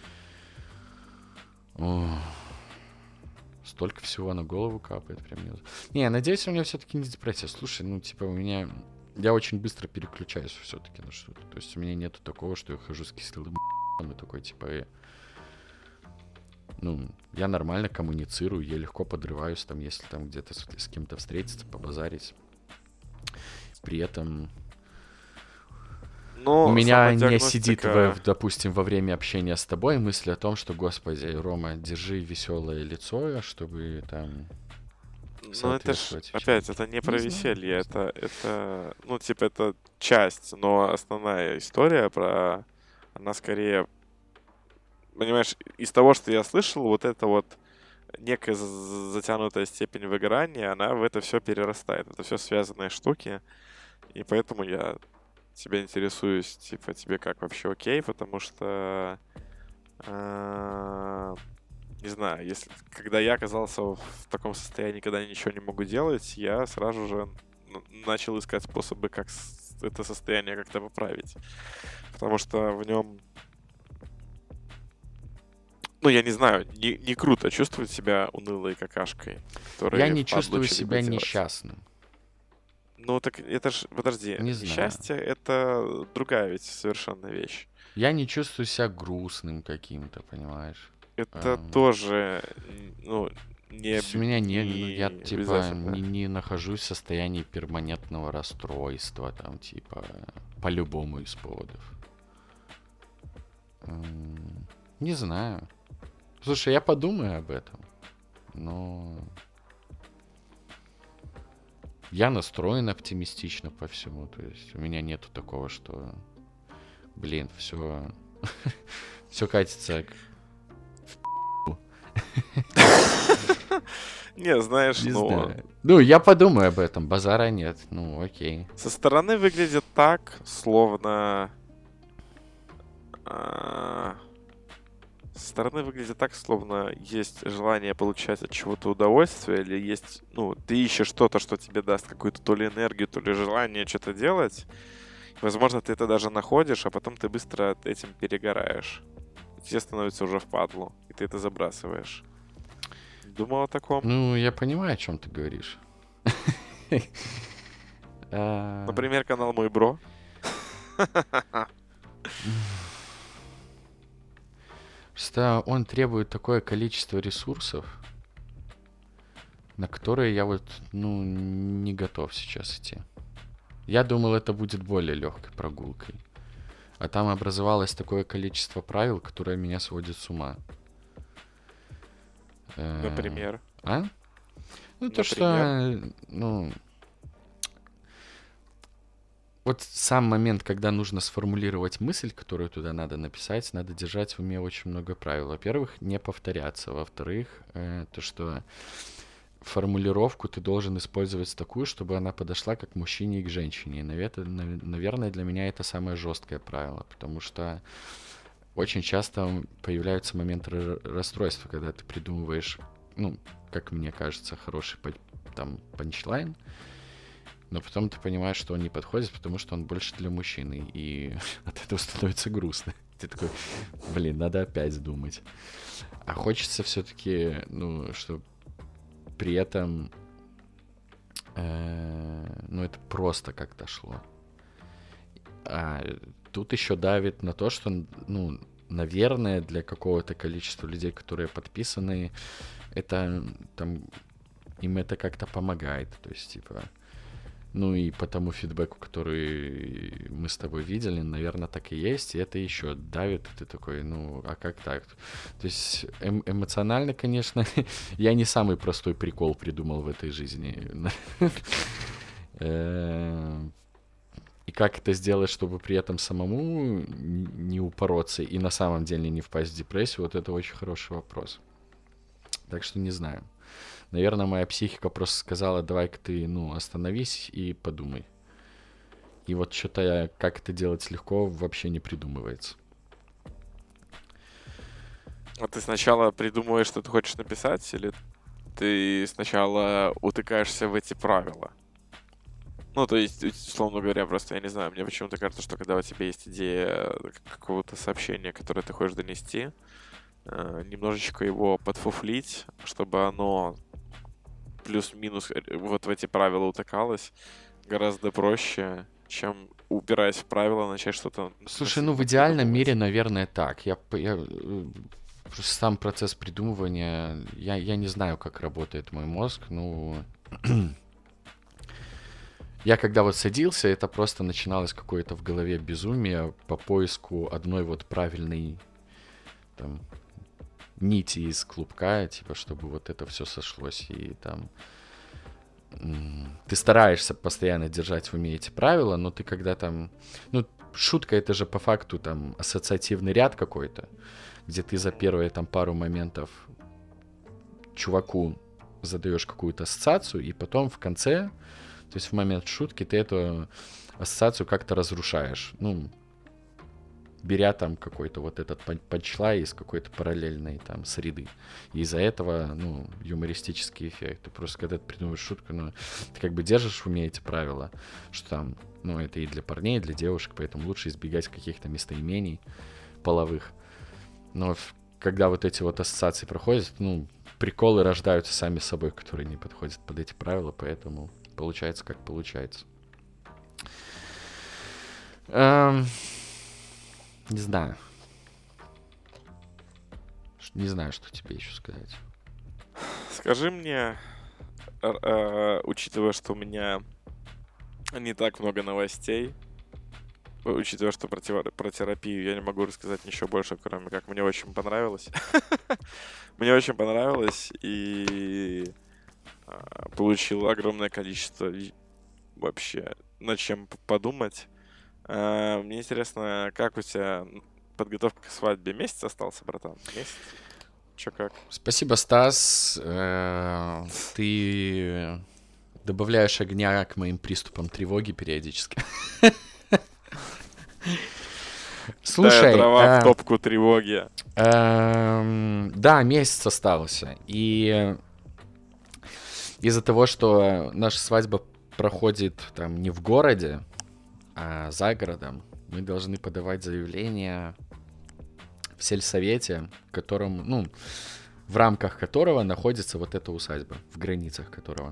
S2: о, столько всего на голову капает прям. Не, надеюсь, у меня все-таки не депрессия. Слушай, ну типа у меня я очень быстро переключаюсь все-таки на что-то. То есть у меня нету такого, что я хожу с кислым и такой, типа, ну, я нормально коммуницирую, я легко подрываюсь, там, если там где-то с кем-то встретиться, побазарить. При этом у
S1: Ну,
S2: меня не сидит,
S1: самодиагностика...
S2: допустим, во время общения с тобой мысль о том, что, господи, Рома, держи веселое лицо, чтобы там
S1: Ну, это ж,
S2: соответствовать
S1: опять,
S2: вечеринке.
S1: это не про
S2: Не знаю,
S1: веселье,
S2: не знаю.
S1: это часть, но основная история она скорее, понимаешь, из того, что я слышал, вот это вот некая затянутая степень выгорания, она в это все перерастает. Это все связанные штуки, и поэтому я тебя интересуюсь, типа, тебе как вообще окей, потому что, а, не знаю, когда я оказался в таком состоянии, когда я ничего не могу делать, я сразу же начал искать способы, как это состояние как-то поправить. Потому что в нем, ну, я не знаю, не круто чувствовать себя унылой какашкой,
S2: Я
S1: которой
S2: не
S1: впадло
S2: чувствую
S1: что-либо
S2: себя
S1: делать.
S2: несчастным.
S1: Ну, так это ж, подожди,
S2: Не знаю.
S1: несчастье — это другая ведь совершенно вещь.
S2: Я не чувствую себя грустным каким-то, понимаешь?
S1: Это
S2: Эм,
S1: тоже, ну,
S2: То есть у меня не, ну, я
S1: не
S2: типа
S1: обязательно.
S2: не нахожусь в состоянии перманентного расстройства, там, типа, по любому из поводов. Не знаю. Слушай, я подумаю об этом, но я настроен оптимистично по всему. То есть у меня нету такого, что, блин, все катится
S1: Не, знаешь,
S2: не
S1: ну,
S2: знаю. Ну, я подумаю об этом, базара нет. Ну, окей.
S1: со стороны выглядит так, словно... а, Со стороны выглядит так, словно есть желание получать от чего-то удовольствие, или есть, ну, ты ищешь что-то, что тебе даст какую-то то ли энергию, то ли желание что-то делать. Возможно, ты это даже находишь, а потом ты быстро этим перегораешь. И тебе становится уже впадлу, и ты это забрасываешь. Думал о таком?
S2: Ну, я понимаю, о чем ты говоришь. А,
S1: Например, канал «Мой Бро».
S2: Просто он требует такое количество ресурсов, на которые я вот, ну, не готов сейчас идти. Я думал, это будет более легкой прогулкой. А там образовалось такое количество правил, которое меня сводит с ума. Э,
S1: Например.
S2: А? Ну, то,
S1: Например.
S2: что, ну, вот сам момент, когда нужно сформулировать мысль, которую туда надо написать, надо держать в уме очень много правил. Во-первых, не повторяться. Во-вторых, то, что формулировку ты должен использовать такую, чтобы она подошла как мужчине и к женщине. И, наверное, для меня это самое жесткое правило, потому что очень часто появляются моменты расстройства, когда ты придумываешь, ну, как мне кажется, хороший там панчлайн, но потом ты понимаешь, что он не подходит, потому что он больше для мужчины, и от этого становится грустно. Ты такой, блин, надо опять думать. А хочется все-таки, ну, чтобы при этом, ну, это просто как-то шло. Тут еще давит на то, что, ну, наверное, для какого-то количества людей, которые подписаны, это там им это как-то помогает. То есть, типа, ну и по тому фидбэку, который мы с тобой видели, наверное, так и есть, и это еще давит, и ты такой, ну, а как так? То есть эмоционально, конечно, я не самый простой прикол придумал в этой жизни. И как это сделать, чтобы при этом самому не упороться и на самом деле не впасть в депрессию, вот это очень хороший вопрос. Так что не знаю. Наверное, моя психика просто сказала, давай-ка ты, ну, остановись и подумай. И вот что-то как это делать легко вообще не придумывается.
S1: А ты сначала придумываешь, что ты хочешь написать, или ты сначала утыкаешься в эти правила? Ну, то есть, условно говоря, просто, я не знаю, мне почему-то кажется, что когда у тебя есть идея какого-то сообщения, которое ты хочешь донести, немножечко его подфуфлить, чтобы оно плюс-минус вот в эти правила утыкалось, гораздо проще, чем, упираясь в правила, начать что-то
S2: Слушай, ну в идеальном мире, наверное, так. Просто сам процесс придумывания, я не знаю, как работает мой мозг, ну... Я когда вот садился, это просто начиналось какое-то в голове безумие по поиску одной вот правильной там нити из клубка, типа, чтобы вот это все сошлось. И там ты стараешься постоянно держать в уме эти правила, но ты когда там... Ну, шутка — это же по факту там ассоциативный ряд какой-то, где ты за первые там пару моментов чуваку задаешь какую-то ассоциацию, и потом в конце... То есть в момент шутки ты эту ассоциацию как-то разрушаешь. Ну, беря там какой-то вот этот панчлайн из какой-то параллельной там среды. И из-за этого, ну, юмористический эффект. Ты просто, когда ты придумываешь шутку, ну, ты как бы держишь в уме эти правила, что там, ну, это и для парней, и для девушек, поэтому лучше избегать каких-то местоимений половых. Но когда вот эти вот ассоциации проходят, ну, приколы рождаются сами собой, которые не подходят под эти правила, поэтому... Получается, как получается. Не знаю. Не знаю, что тебе еще сказать.
S1: Скажи мне, учитывая, что у меня не так много новостей, учитывая, что про терапию я не могу рассказать ничего больше, кроме как мне очень понравилось. Мне очень понравилось, и получил огромное количество вообще над чем подумать. Мне интересно, как у тебя подготовка к свадьбе? Месяц остался, братан? Месяц? Чё как?
S2: Спасибо, Стас. Ты добавляешь огня к моим приступам тревоги периодически. Слушай,
S1: дрова в топку тревоги.
S2: Да, месяц остался. И из-за того, что наша свадьба проходит там не в городе, а за городом, мы должны подавать заявление в сельсовете, в рамках которого находится вот эта усадьба, в границах которого.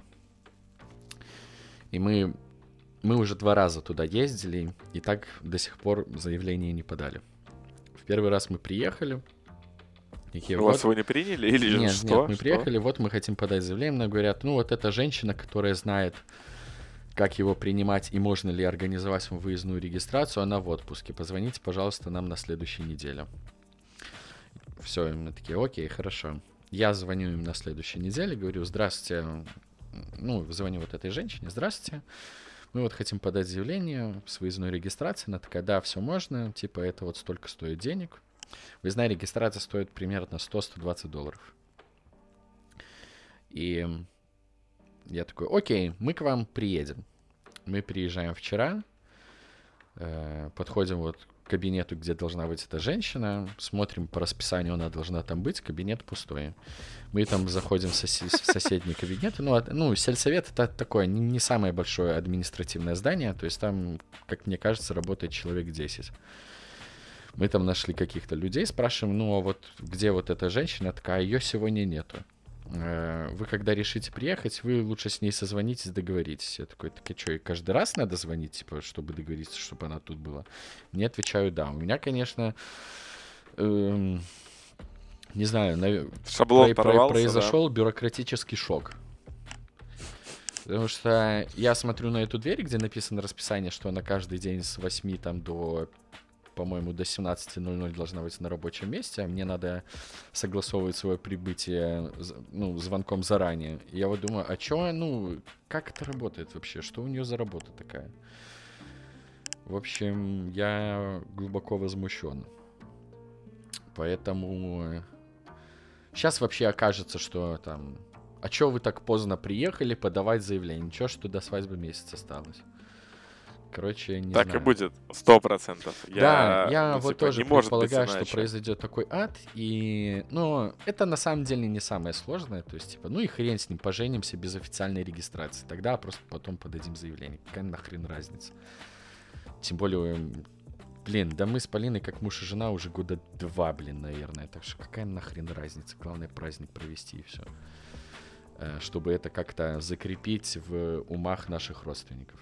S2: И мы уже 2 раза туда ездили, и так до сих пор заявление не подали. В первый раз мы приехали.
S1: Вас его не приняли? Или
S2: нет,
S1: что?
S2: Нет, мы приехали, вот мы хотим подать заявление, нам говорят, ну вот эта женщина, которая знает, как его принимать и можно ли организовать вам выездную регистрацию, она в отпуске. Позвоните, пожалуйста, нам на следующей неделе. Все, мы такие, окей, хорошо. Я звоню им на следующей неделе, говорю, здравствуйте, звоню вот этой женщине, здравствуйте, мы вот хотим подать заявление с выездной регистрацией. Она такая, да, все можно, типа это вот столько стоит денег. Выездная регистрация стоит примерно $100-120. И я такой, окей, мы к вам приедем. Мы приезжаем вчера, подходим вот к кабинету, где должна быть эта женщина, смотрим по расписанию, она должна там быть, кабинет пустой. Мы там заходим в соседний кабинет. Сельсовет — это такое не самое большое административное здание, то есть там, как мне кажется, работает человек 10. Мы там нашли каких-то людей, спрашиваем, а вот где вот эта женщина? Такая, ее сегодня нету. вы когда решите приехать, вы лучше с ней созвонитесь, договоритесь. Я такой, так и что, и каждый раз надо звонить, типа, чтобы договориться, чтобы она тут была? Мне отвечаю, да. У меня, конечно, не знаю,
S1: Шаблон порвался,
S2: произошел бюрократический шок. Потому что я смотрю на эту дверь, где написано расписание, что она каждый день с 8 там, до, по-моему, до 17:00 должна быть на рабочем месте, а мне надо согласовывать свое прибытие, ну, звонком заранее. И я вот думаю, а чё, ну, как это работает вообще? Что у нее за работа такая? В общем, я глубоко возмущен. Поэтому сейчас вообще окажется, что там... А чё вы так поздно приехали подавать заявление? Ничего, что до свадьбы месяц осталось. Короче, не
S1: Так
S2: знаю.
S1: и будет, 100%.
S2: Да, я
S1: ну,
S2: вот
S1: типа,
S2: тоже
S1: не может быть
S2: предполагаю, что
S1: иначе.
S2: произойдет такой ад. И, ну, это на самом деле не самое сложное. То есть, типа, ну и хрен с ним, поженимся без официальной регистрации. Тогда просто потом подадим заявление. Какая нахрен разница? Тем более, блин, да мы с Полиной как муж и жена уже года 2, блин, наверное. Так что какая нахрен разница? Главное праздник провести и все. Чтобы это как-то закрепить в умах наших родственников.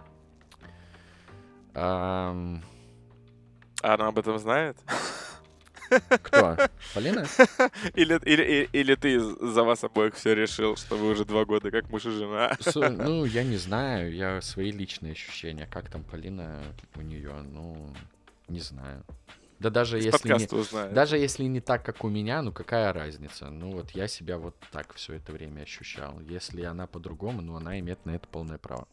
S1: А она об этом знает?
S2: Кто? Полина?
S1: Или ты за вас обоих все решил, что вы уже 2 года как муж и жена?
S2: Ну, я не знаю, я свои личные ощущения. Как там Полина у нее, ну, не знаю. Да даже
S1: Из
S2: если
S1: подкаста узнает.
S2: даже если не так, как у меня, ну какая разница? Ну вот я себя вот так все это время ощущал. Если она по-другому, ну она имеет на это полное право.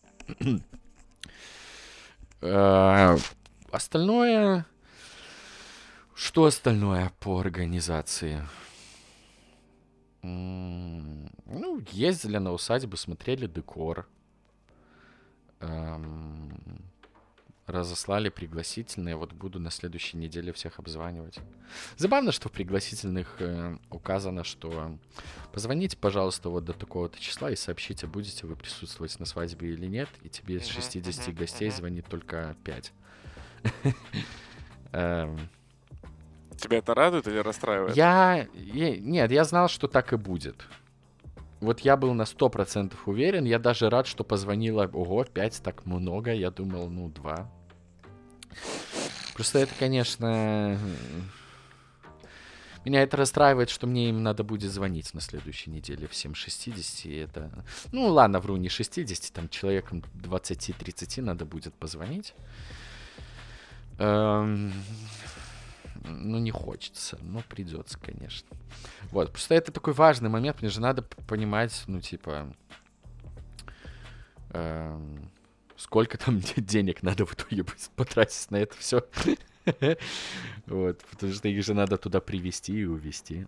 S2: Остальное... Что остальное по организации? Ну, ездили на усадьбы, смотрели декор. Разослали пригласительные. Вот буду на следующей неделе всех обзванивать. Забавно, что в пригласительных указано, что позвоните, пожалуйста, вот до такого-то числа и сообщите, будете вы присутствовать на свадьбе или нет. И тебе из 60 гостей звонит только 5.
S1: Тебя это радует или расстраивает?
S2: Нет, я знал, что так и будет. Вот я был на 100% уверен. Я даже рад, что позвонила. Ого, 5 так много. Я думал, ну, 2. Просто это, конечно... Меня это расстраивает, что мне им надо будет звонить на следующей неделе всем 60. И это... Ну, ладно, вру, не 60. Там человеком 20-30 надо будет позвонить. Ну, не хочется, но придется, конечно. Вот, просто это такой важный момент. Мне же надо понимать, ну, типа, сколько там денег надо в итоге потратить на это все. Вот, потому что их же надо туда привезти и увезти.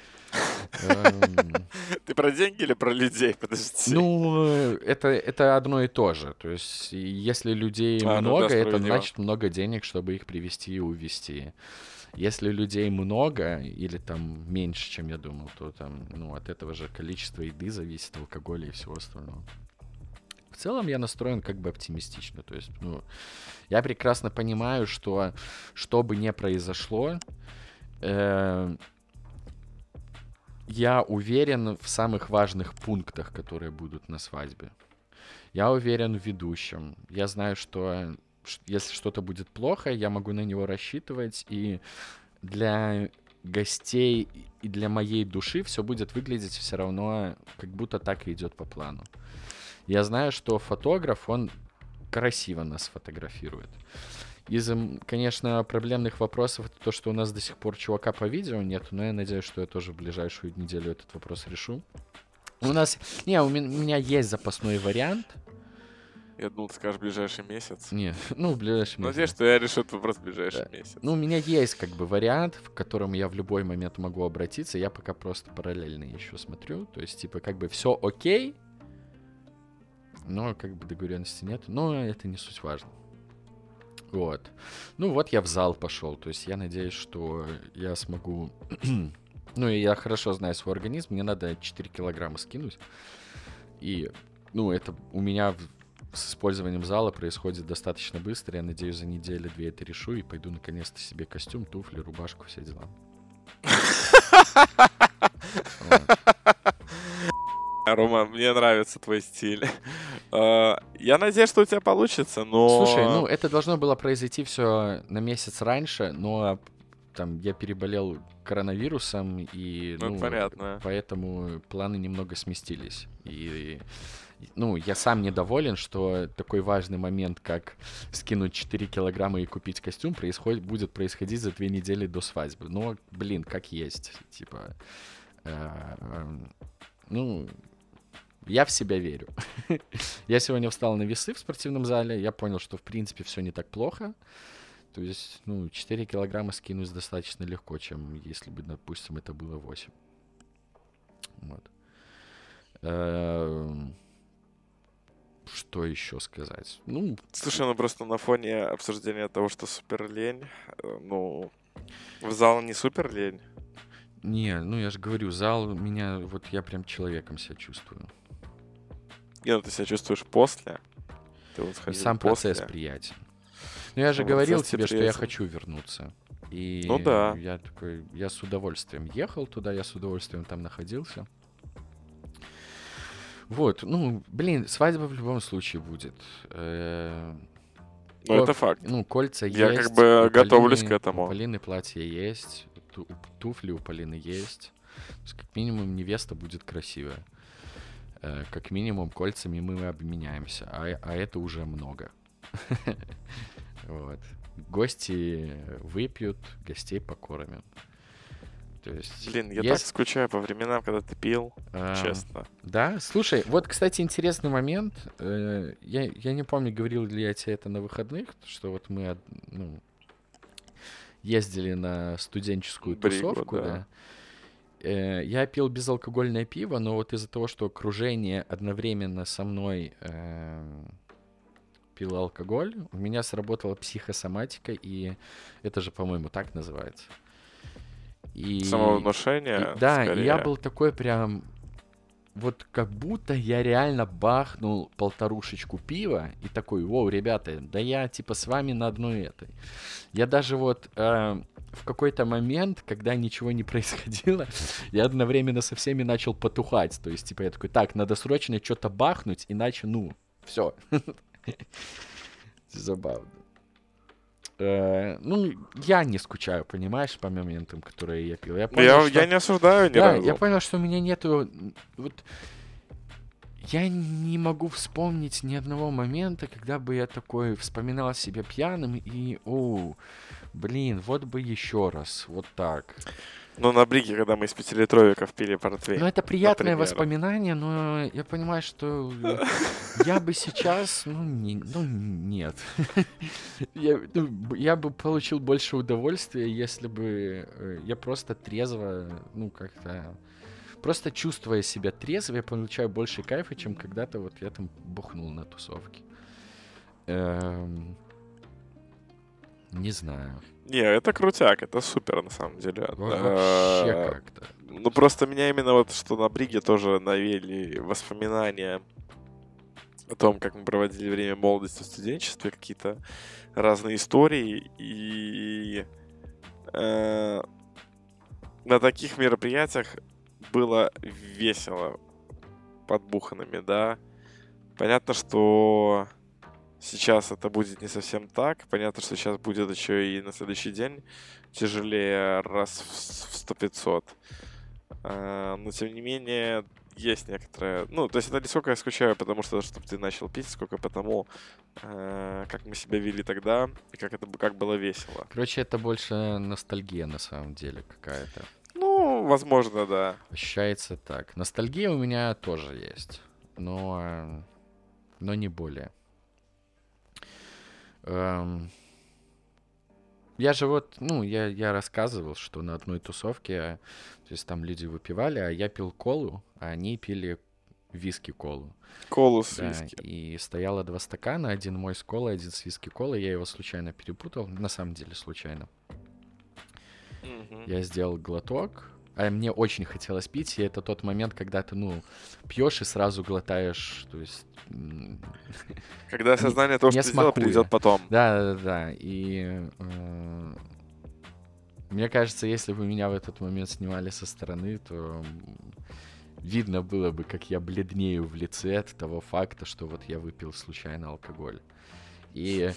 S1: Ты про деньги или про людей? Подожди.
S2: Ну, это одно и то же. То есть, если людей много, это значит много денег, чтобы их привезти и увезти. Если людей много или там меньше, чем я думал, то там, ну, от этого же количество еды зависит, алкоголя и всего остального. В целом я настроен как бы оптимистично. То есть, ну, я прекрасно понимаю, что бы ни произошло, я уверен в самых важных пунктах, которые будут на свадьбе. Я уверен в ведущем. Я знаю, что если что-то будет плохо, я могу на него рассчитывать, и для гостей и для моей души все будет выглядеть все равно, как будто так и идет по плану. Я знаю, что фотограф, он красиво нас фотографирует. Из, конечно, проблемных вопросов это то, что у нас до сих пор чувака по видео нет, но я надеюсь, что я тоже в ближайшую неделю этот вопрос решу. У меня есть запасной вариант.
S1: Я думал, ты скажешь ближайший месяц.
S2: Не, ну, в ближайший месяц.
S1: Надеюсь, что я решу этот вопрос в ближайший месяц.
S2: Ну, у меня есть как бы вариант, в котором я в любой момент могу обратиться. Я пока просто параллельно еще смотрю. То есть, типа, как бы все окей, но как бы договоренности нет. Но это не суть важно. Вот. Ну вот я в зал пошел. То есть я надеюсь, что я смогу... Ну и я хорошо знаю свой организм. Мне надо 4 килограмма скинуть. И, ну, это у меня с использованием зала происходит достаточно быстро. Я надеюсь, за неделю-две это решу и пойду наконец-то себе костюм, туфли, рубашку, все дела.
S1: Роман, мне нравится твой стиль. Я надеюсь, что у тебя получится,
S2: Слушай, ну
S1: но...
S2: это должно было произойти все на месяц раньше, но там я переболел коронавирусом, и,
S1: Ну, это
S2: ну,
S1: понятно.
S2: поэтому планы немного сместились. Ну, я сам недоволен, что такой важный момент, как скинуть 4 килограмма и купить костюм, будет происходить за 2 недели до свадьбы. Но, блин, как есть. Типа, ну, я в себя верю. Я сегодня встал на весы в спортивном зале, я понял, что, в принципе, все не так плохо. То есть, ну, 4 килограмма скинуть достаточно легко, чем если бы, допустим, это было 8. Вот. Что еще сказать? Ну,
S1: Слушай, ну просто на фоне обсуждения того, что супер лень, ну, в зал не супер лень.
S2: не, ну я же говорю, зал меня, вот я прям человеком себя чувствую.
S1: И ну, ты себя чувствуешь после. Ты вот
S2: И
S1: сходил
S2: сам процесс
S1: после.
S2: приятен. Но я же
S1: Сам
S2: говорил
S1: процесс
S2: тебе, что я
S1: приятен.
S2: хочу вернуться.
S1: Ну
S2: И
S1: да.
S2: я такой, я с удовольствием ехал туда, я с удовольствием там находился. Вот, ну, блин, свадьба в любом случае будет.
S1: Ну это факт.
S2: Ну, кольца
S1: Я как
S2: есть,
S1: бы готовлюсь к
S2: у
S1: этому.
S2: Полины платье есть, туфли у Полины есть. То есть, как минимум, невеста будет красивая. Как минимум, кольцами мы обменяемся, а это уже много. Вот. Гости выпьют, гостей покормят. То есть,
S1: Блин, я так скучаю по временам, когда ты пил, честно.
S2: Да, слушай, вот, кстати, интересный момент. Я не помню, говорил ли я тебе это на выходных, что вот мы ну, ездили на студенческую
S1: Бригу,
S2: тусовку,
S1: да.
S2: да. Я пил безалкогольное пиво, но вот из-за того, что окружение одновременно со мной пило алкоголь, у меня сработала психосоматика, и это же, по-моему, так называется.
S1: Самовнушение,
S2: Да, и я
S1: скорее.
S2: был такой прям... Вот как будто я реально бахнул полторушечку пива и такой, воу, ребята, да я типа с вами на одной этой. Я даже вот в какой-то момент, когда ничего не происходило, я одновременно со всеми начал потухать. То есть, типа, я такой, так, надо срочно что-то бахнуть, иначе, ну, все. Забавно. Ну, я не скучаю, понимаешь, по моментам, которые я пил. Я понял,
S1: Я не осуждаю ни
S2: да,
S1: разу.
S2: я понял, что у меня нету... Вот, я не могу вспомнить ни одного момента, когда бы я такой вспоминал себя пьяным и, блин, вот бы еще раз, вот так.
S1: Ну, на Бриге, когда мы из 5-литровиков пили портвейн.
S2: Ну, это приятное
S1: например.
S2: воспоминание, но я понимаю, что я бы сейчас, нет. Я бы получил больше удовольствия, если бы я просто трезво, ну, как-то... Просто чувствуя себя трезво, я получаю больше кайфа, чем когда-то вот я там бухнул на тусовке. Не знаю.
S1: Не, это крутяк, это супер на самом деле.
S2: Вообще как-то.
S1: Ну просто меня именно вот что на Бриге тоже навели воспоминания о том, как мы проводили время молодости в студенчестве, какие-то разные истории. И на таких мероприятиях было весело подбуханными, да. Понятно, что сейчас это будет не совсем так. Понятно, что сейчас будет еще и на следующий день тяжелее раз в 100-500. Но, тем не менее, есть некоторые... Ну, то есть это не сколько я скучаю, потому что, чтобы ты начал пить, сколько потому, как мы себя вели тогда и как было весело.
S2: Короче, это больше ностальгия на самом деле какая-то.
S1: Ну, возможно, да.
S2: Ощущается так. Ностальгия у меня тоже есть, но не более. Я же вот, ну, я рассказывал, что на одной тусовке, то есть там люди выпивали, а я пил колу, а они пили виски-колу.
S1: Колу с
S2: Да,
S1: виски.
S2: и стояло 2 стакана, один мой с колой, один с виски-колой, я его случайно перепутал, на самом деле случайно. Я сделал глоток, а мне очень хотелось пить, и это тот момент, когда ты, ну, пьешь и сразу глотаешь, то есть...
S1: Когда осознание того, что ты сделал, придет потом.
S2: Да, и мне кажется, если бы меня в этот момент снимали со стороны, то видно было бы, как я бледнею в лице от того факта, что вот я выпил случайно алкоголь. И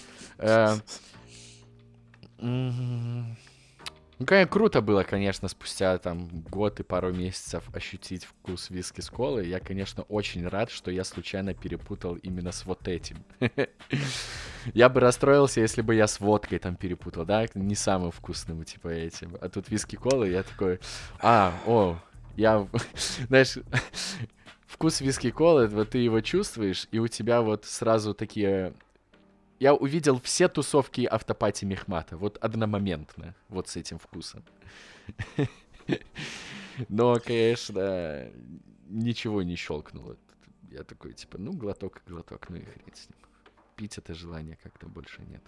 S2: ну, конечно, круто было, конечно, спустя там год и пару месяцев ощутить вкус виски с колой. Я, конечно, очень рад, что я случайно перепутал именно с вот этим. Я бы расстроился, если бы я с водкой там перепутал, да? Не самым вкусным, типа, этим. А тут виски-колы, я такой, я, знаешь, вкус виски-колы, вот ты его чувствуешь, и у тебя вот сразу такие... Я увидел все тусовки автопати Мехмата, вот одномоментно, вот с этим вкусом. Но, конечно, ничего не щелкнуло. Я такой, типа, ну, глоток и глоток, ну и хрен с ним. Пить это желание как-то больше нет.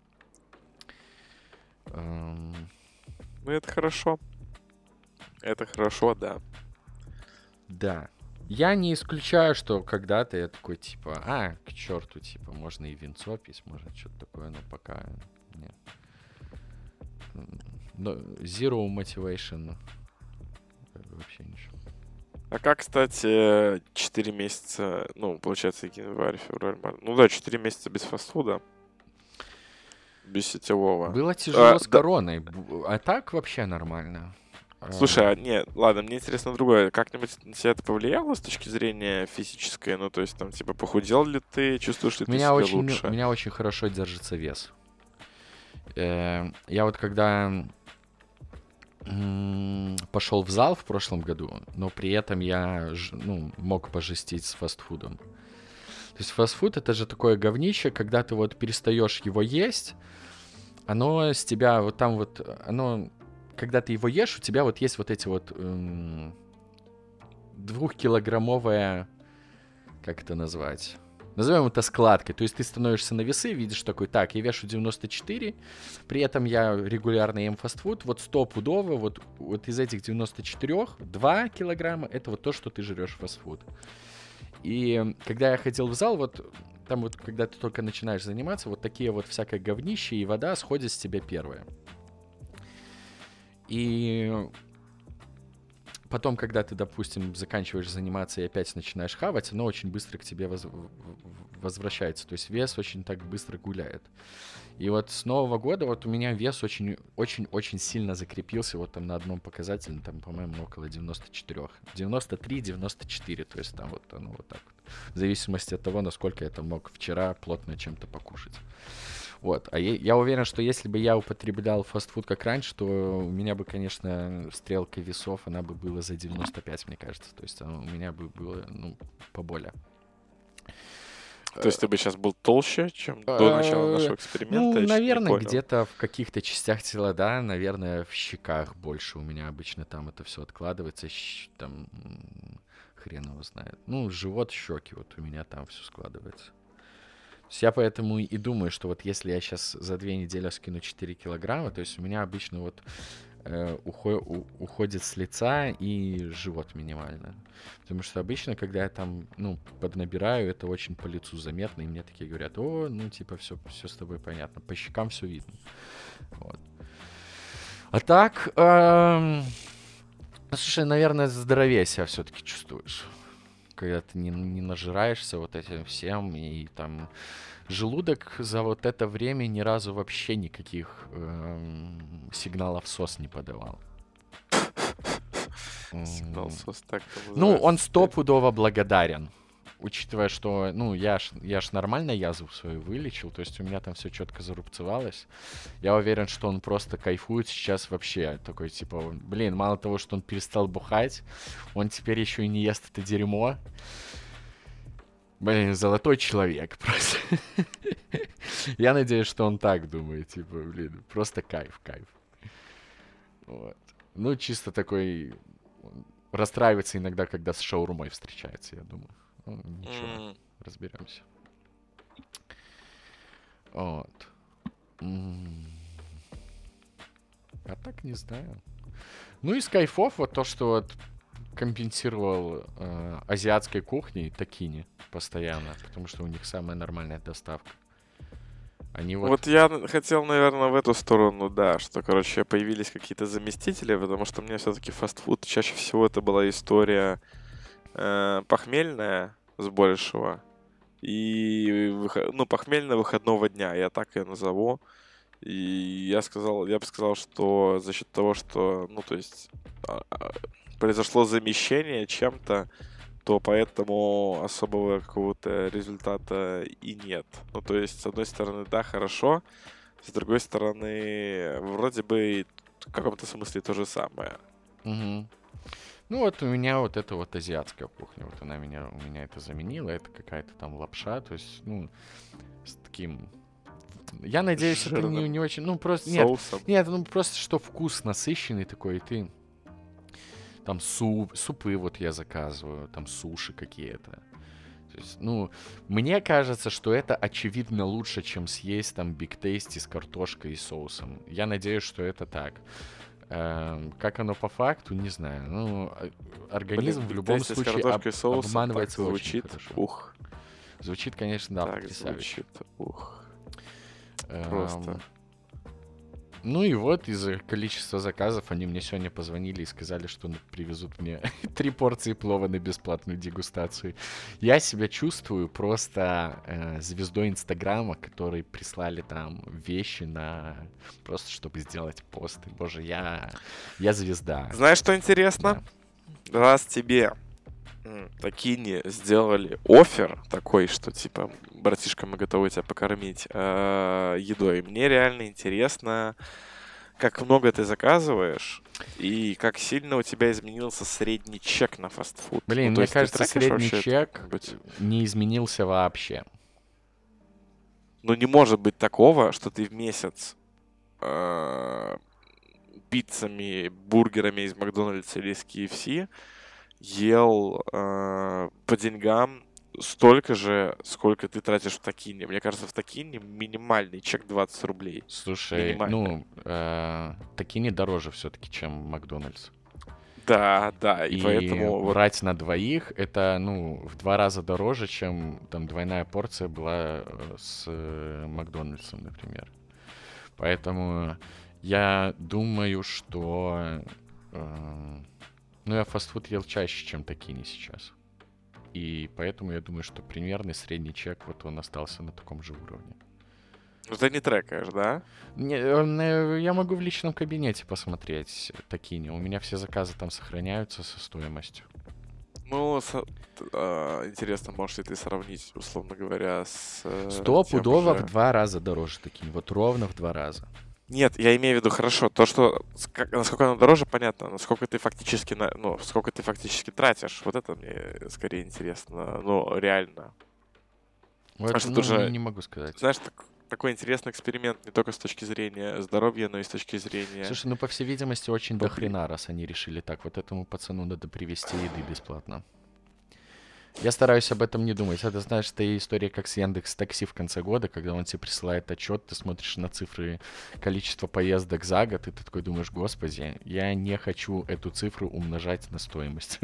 S1: Ну, это хорошо. Это хорошо, да.
S2: Да. Я не исключаю, что когда-то я такой, типа, к черту, типа, можно и винцо пить, можно что-то такое, но пока нет. Но zero motivation. Вообще ничего.
S1: А как, кстати, 4 месяца, ну, получается, январь, февраль, март. Ну да, 4 месяца без фастфуда. Без сетевого.
S2: Было тяжело с
S1: Да.
S2: короной, а так вообще нормально.
S1: Слушай, нет, ладно, мне интересно другое. Как-нибудь на тебя это повлияло с точки зрения физической? Ну, то есть, там, типа, похудел ли ты, чувствуешь ли
S2: У
S1: ты себя
S2: меня
S1: лучше?
S2: очень хорошо держится вес. Я вот когда пошел в зал в прошлом году, но при этом я мог пожестить с фастфудом. То есть фастфуд — это же такое говнище, когда ты вот перестаешь его есть, оно с тебя вот там вот, оно, когда ты его ешь, у тебя вот есть вот эти вот 2-килограммовая, как это назвать? Назовем это складкой. То есть ты становишься на весы, видишь такой, так, я вешу 94, при этом я регулярно ем фастфуд, вот стопудово, вот из этих 94, 2 килограмма, это вот то, что ты жрешь фастфуд. И когда я ходил в зал, вот там вот, когда ты только начинаешь заниматься, вот такие вот всякое говнище и вода сходят с тебя первое. И потом, когда ты, допустим, заканчиваешь заниматься и опять начинаешь хавать, оно очень быстро к тебе возвращается. То есть вес очень так быстро гуляет. И вот с Нового года вот у меня вес очень-очень сильно закрепился вот там на одном показателе, там, по-моему, около 94. 93-94, то есть там вот оно вот так вот. В зависимости от того, насколько я там мог вчера плотно чем-то покушать. Вот. А я уверен, что если бы я употреблял фастфуд как раньше, то у меня бы, конечно, стрелка весов, она бы была за 95, мне кажется. То есть у меня бы было, поболее.
S1: То есть ты бы сейчас был толще, чем до начала нашего эксперимента?
S2: Ну,
S1: Я чуть не
S2: наверное,
S1: понял.
S2: где-то в каких-то частях тела, да, наверное, в щеках больше у меня обычно там это все откладывается, там хрен его знает. Ну, живот, щеки, вот у меня там все складывается. То есть я поэтому и думаю, что вот если я сейчас за 2 недели скину 4 килограмма, то есть у меня обычно вот уходит с лица и живот минимально. Потому что обычно, когда я там, поднабираю, это очень по лицу заметно, и мне такие говорят, типа, все с тобой понятно, по щекам все видно. Вот. А так, слушай, наверное, здоровее себя все-таки чувствуешь. Когда ты не нажираешься вот этим всем, и там желудок за вот это время ни разу вообще никаких сигналов СОС не подавал.
S1: Сигнал СОС, так это
S2: Ну,
S1: называется
S2: он
S1: теперь.
S2: стопудово благодарен. Учитывая, что, я ж нормально язву свою вылечил, то есть у меня там все четко зарубцевалось. Я уверен, что он просто кайфует сейчас вообще. Такой, типа, блин, мало того, что он перестал бухать, он теперь еще и не ест это дерьмо. Блин, золотой человек просто. Я надеюсь, что он так думает, типа, блин, просто кайф. Вот. Ну, чисто такой расстраивается иногда, когда с шаурмой встречается, я думаю. Ну, ничего, разберемся. Вот. А так не знаю. Ну, из кайфов вот то, что вот компенсировал азиатской кухней Такини постоянно, потому что у них самая нормальная доставка. Они
S1: Вот я хотел, наверное, в эту сторону, да, что, короче, появились какие-то заместители, потому что мне все-таки фастфуд чаще всего это была история похмельная с большего и похмельная выходного дня, я так ее назову. И я бы сказал, что за счет того, что, ну, то есть, произошло замещение чем-то, то поэтому особого какого-то результата и нет. Ну, то есть, с одной стороны, да, хорошо, с другой стороны, вроде бы и в каком-то смысле то же самое.
S2: Мгм. Ну вот у меня вот эта вот азиатская кухня, вот она у меня это заменила, это какая-то там лапша, то есть, ну, с таким... Я надеюсь, это
S1: Жирным
S2: не очень... Ну, просто...
S1: соусом.
S2: Нет, ну, просто что вкус насыщенный такой, и ты... Там супы вот я заказываю, там суши какие-то. То есть, ну, мне кажется, что это очевидно лучше, чем съесть там Big Tasty с картошкой и соусом. Я надеюсь, что это так. Как оно по факту, не знаю. Ну,
S1: Блин,
S2: организм в
S1: Big
S2: любом
S1: Tasty с
S2: случае
S1: картошкой и соусом так
S2: обманывается очень
S1: звучит.
S2: хорошо.
S1: Ух,
S2: Звучит, конечно, да,
S1: так
S2: потрясающе.
S1: звучит. Ух,
S2: Эм,
S1: просто.
S2: Ну и вот из-за количества заказов они мне сегодня позвонили и сказали, что привезут мне 3 порции плова на бесплатную дегустацию. Я себя чувствую просто звездой Инстаграма, которые прислали там вещи на просто чтобы сделать посты. Боже, я звезда.
S1: Знаешь, что интересно?
S2: Да.
S1: Раз тебе такие сделали оффер такой, что типа, братишка, мы готовы тебя покормить едой. Мне реально интересно, как много ты заказываешь и как сильно у тебя изменился средний чек на фастфуд. Ну,
S2: Блин,
S1: то
S2: мне
S1: есть ты
S2: кажется,
S1: трекаешь
S2: средний
S1: вообще это
S2: чек
S1: как-нибудь?
S2: не изменился вообще.
S1: Ну, не может быть такого, что ты в месяц э, пиццами, бургерами из Макдональдса или из KFC ел по деньгам столько же, сколько ты тратишь в Токине. Мне кажется, в Токине минимальный чек 20 рублей.
S2: Слушай,
S1: Минимальный.
S2: ну, такие не дороже все-таки, чем Макдональдс.
S1: Да, да, и
S2: И
S1: поэтому вот,
S2: брать на двоих это, ну, в 2 раза дороже, чем там двойная порция была с Макдональдсом, например. Поэтому я думаю, что... ну, я фастфуд ел чаще, чем такие сейчас. И поэтому я думаю, что примерный средний чек, вот он остался на таком же уровне.
S1: ну, ты не трекаешь, да?
S2: Я могу в личном кабинете посмотреть такие. У меня все заказы там сохраняются со стоимостью.
S1: Ну, интересно, можешь ли ты сравнить, условно говоря, с тем
S2: Стопудово в
S1: же...
S2: 2 раза дороже такие. Вот ровно в 2 раза.
S1: Нет, я имею в виду хорошо, то, что насколько оно дороже, понятно, насколько ты фактически, сколько ты фактически тратишь, вот это мне скорее интересно, ну, реально. Потому
S2: Вот,
S1: что это
S2: ну,
S1: уже,
S2: не могу сказать.
S1: знаешь, такой интересный эксперимент не только с точки зрения здоровья, но и с точки зрения...
S2: Слушай, ну, по всей видимости, очень
S1: побли-
S2: дохрена, раз они решили так. Вот этому пацану надо привезти еды бесплатно. Я стараюсь об этом не думать. Это, знаешь, та история, как с Яндекс Такси в конце года, когда он тебе присылает отчет, ты смотришь на цифры количества поездок за год, и ты такой думаешь, господи, я не хочу эту цифру умножать на стоимость.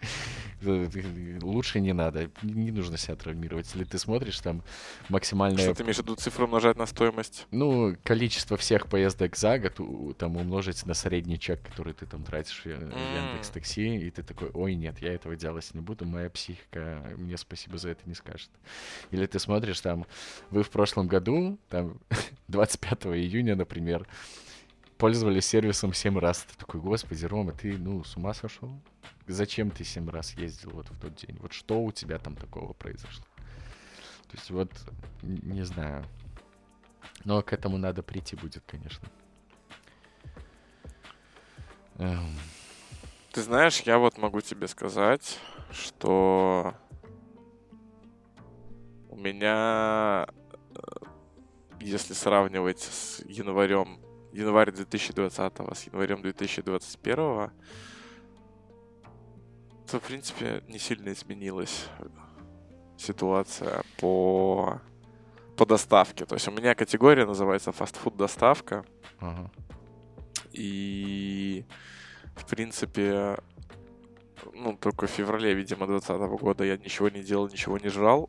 S2: Лучше не надо, не нужно себя травмировать. Или ты смотришь там
S1: Что
S2: максимальное,
S1: ты имеешь в виду цифру умножать на стоимость?
S2: ну, количество всех поездок за год, там умножить на средний чек, который ты там тратишь в Яндекс
S1: М,
S2: Такси, и ты такой, ой, нет, я этого делать не буду, моя психика мне спасибо за это не скажет. Или ты смотришь там, вы в прошлом году, там, 25 июня, например, пользовались сервисом 7 раз. Ты такой, господи, Рома, ты, ну, с ума сошел? Зачем ты 7 раз ездил вот в тот день? Вот что у тебя там такого произошло? То есть вот, не знаю. Но к этому надо прийти будет, конечно. Эм,
S1: Ты знаешь, я вот могу тебе сказать, что у меня, если сравнивать с январь 2020 с январем 2021, то, в принципе, не сильно изменилась ситуация по доставке. То есть у меня категория называется фастфуд доставка.
S2: ага.
S1: И, в принципе, ну, только в феврале, видимо, 2020 года я ничего не делал, ничего не жрал.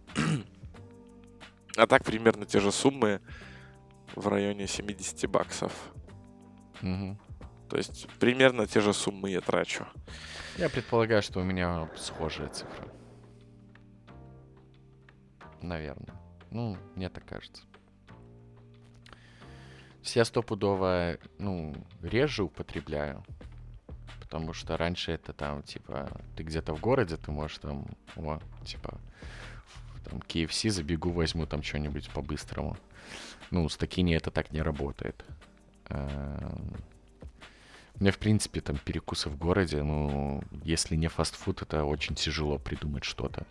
S1: А так примерно те же суммы в районе 70 баксов.
S2: Мгм.
S1: То есть примерно те же суммы я трачу.
S2: Я предполагаю, что у меня схожая цифра. Наверное. Ну, мне так кажется. Я стопудово, реже употребляю. Потому что раньше это там, типа, ты где-то в городе, ты можешь там, там, KFC забегу, возьму там что-нибудь по-быстрому. С Такини это так не работает. Мне, в принципе, там перекусы в городе, если не фастфуд, это очень тяжело придумать что-то.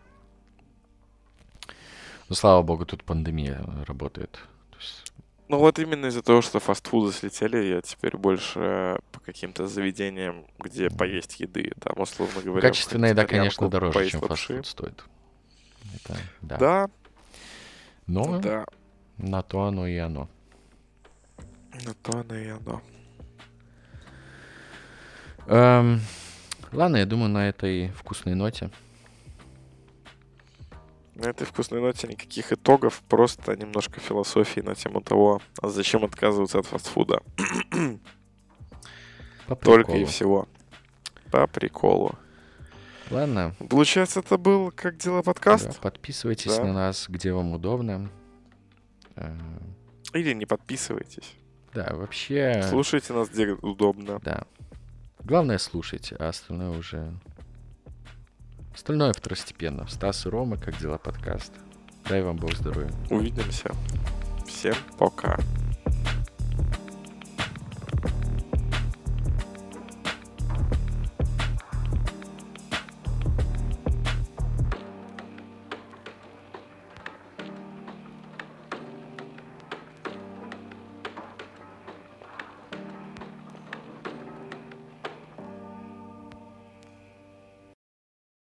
S2: Слава богу, тут пандемия работает. То есть...
S1: Вот именно из-за того, что фастфуды слетели, я теперь больше по каким-то заведениям, где поесть еды. Там, условно говоря,
S2: Качественная еда, конечно, дороже, чем
S1: лапши.
S2: фастфуд стоит. Это, да.
S1: Да.
S2: Но
S1: да.
S2: На то оно и оно.
S1: На то оно и оно.
S2: Ладно, я думаю, на этой вкусной ноте.
S1: На этой вкусной ноте никаких итогов, просто немножко философии на тему того, зачем отказываться от фастфуда. Только и всего. По приколу.
S2: Ладно.
S1: Получается, это был «Как дела?» подкаст?
S2: Да, подписывайтесь на нас, где вам удобно.
S1: Или не подписывайтесь.
S2: Да, вообще...
S1: Слушайте нас, где удобно.
S2: Да. Главное, слушайте, а остальное уже... Остальное второстепенно. Стас и Рома, «Как дела?» подкаст. Дай вам Бог здоровья.
S1: Увидимся. Всем пока.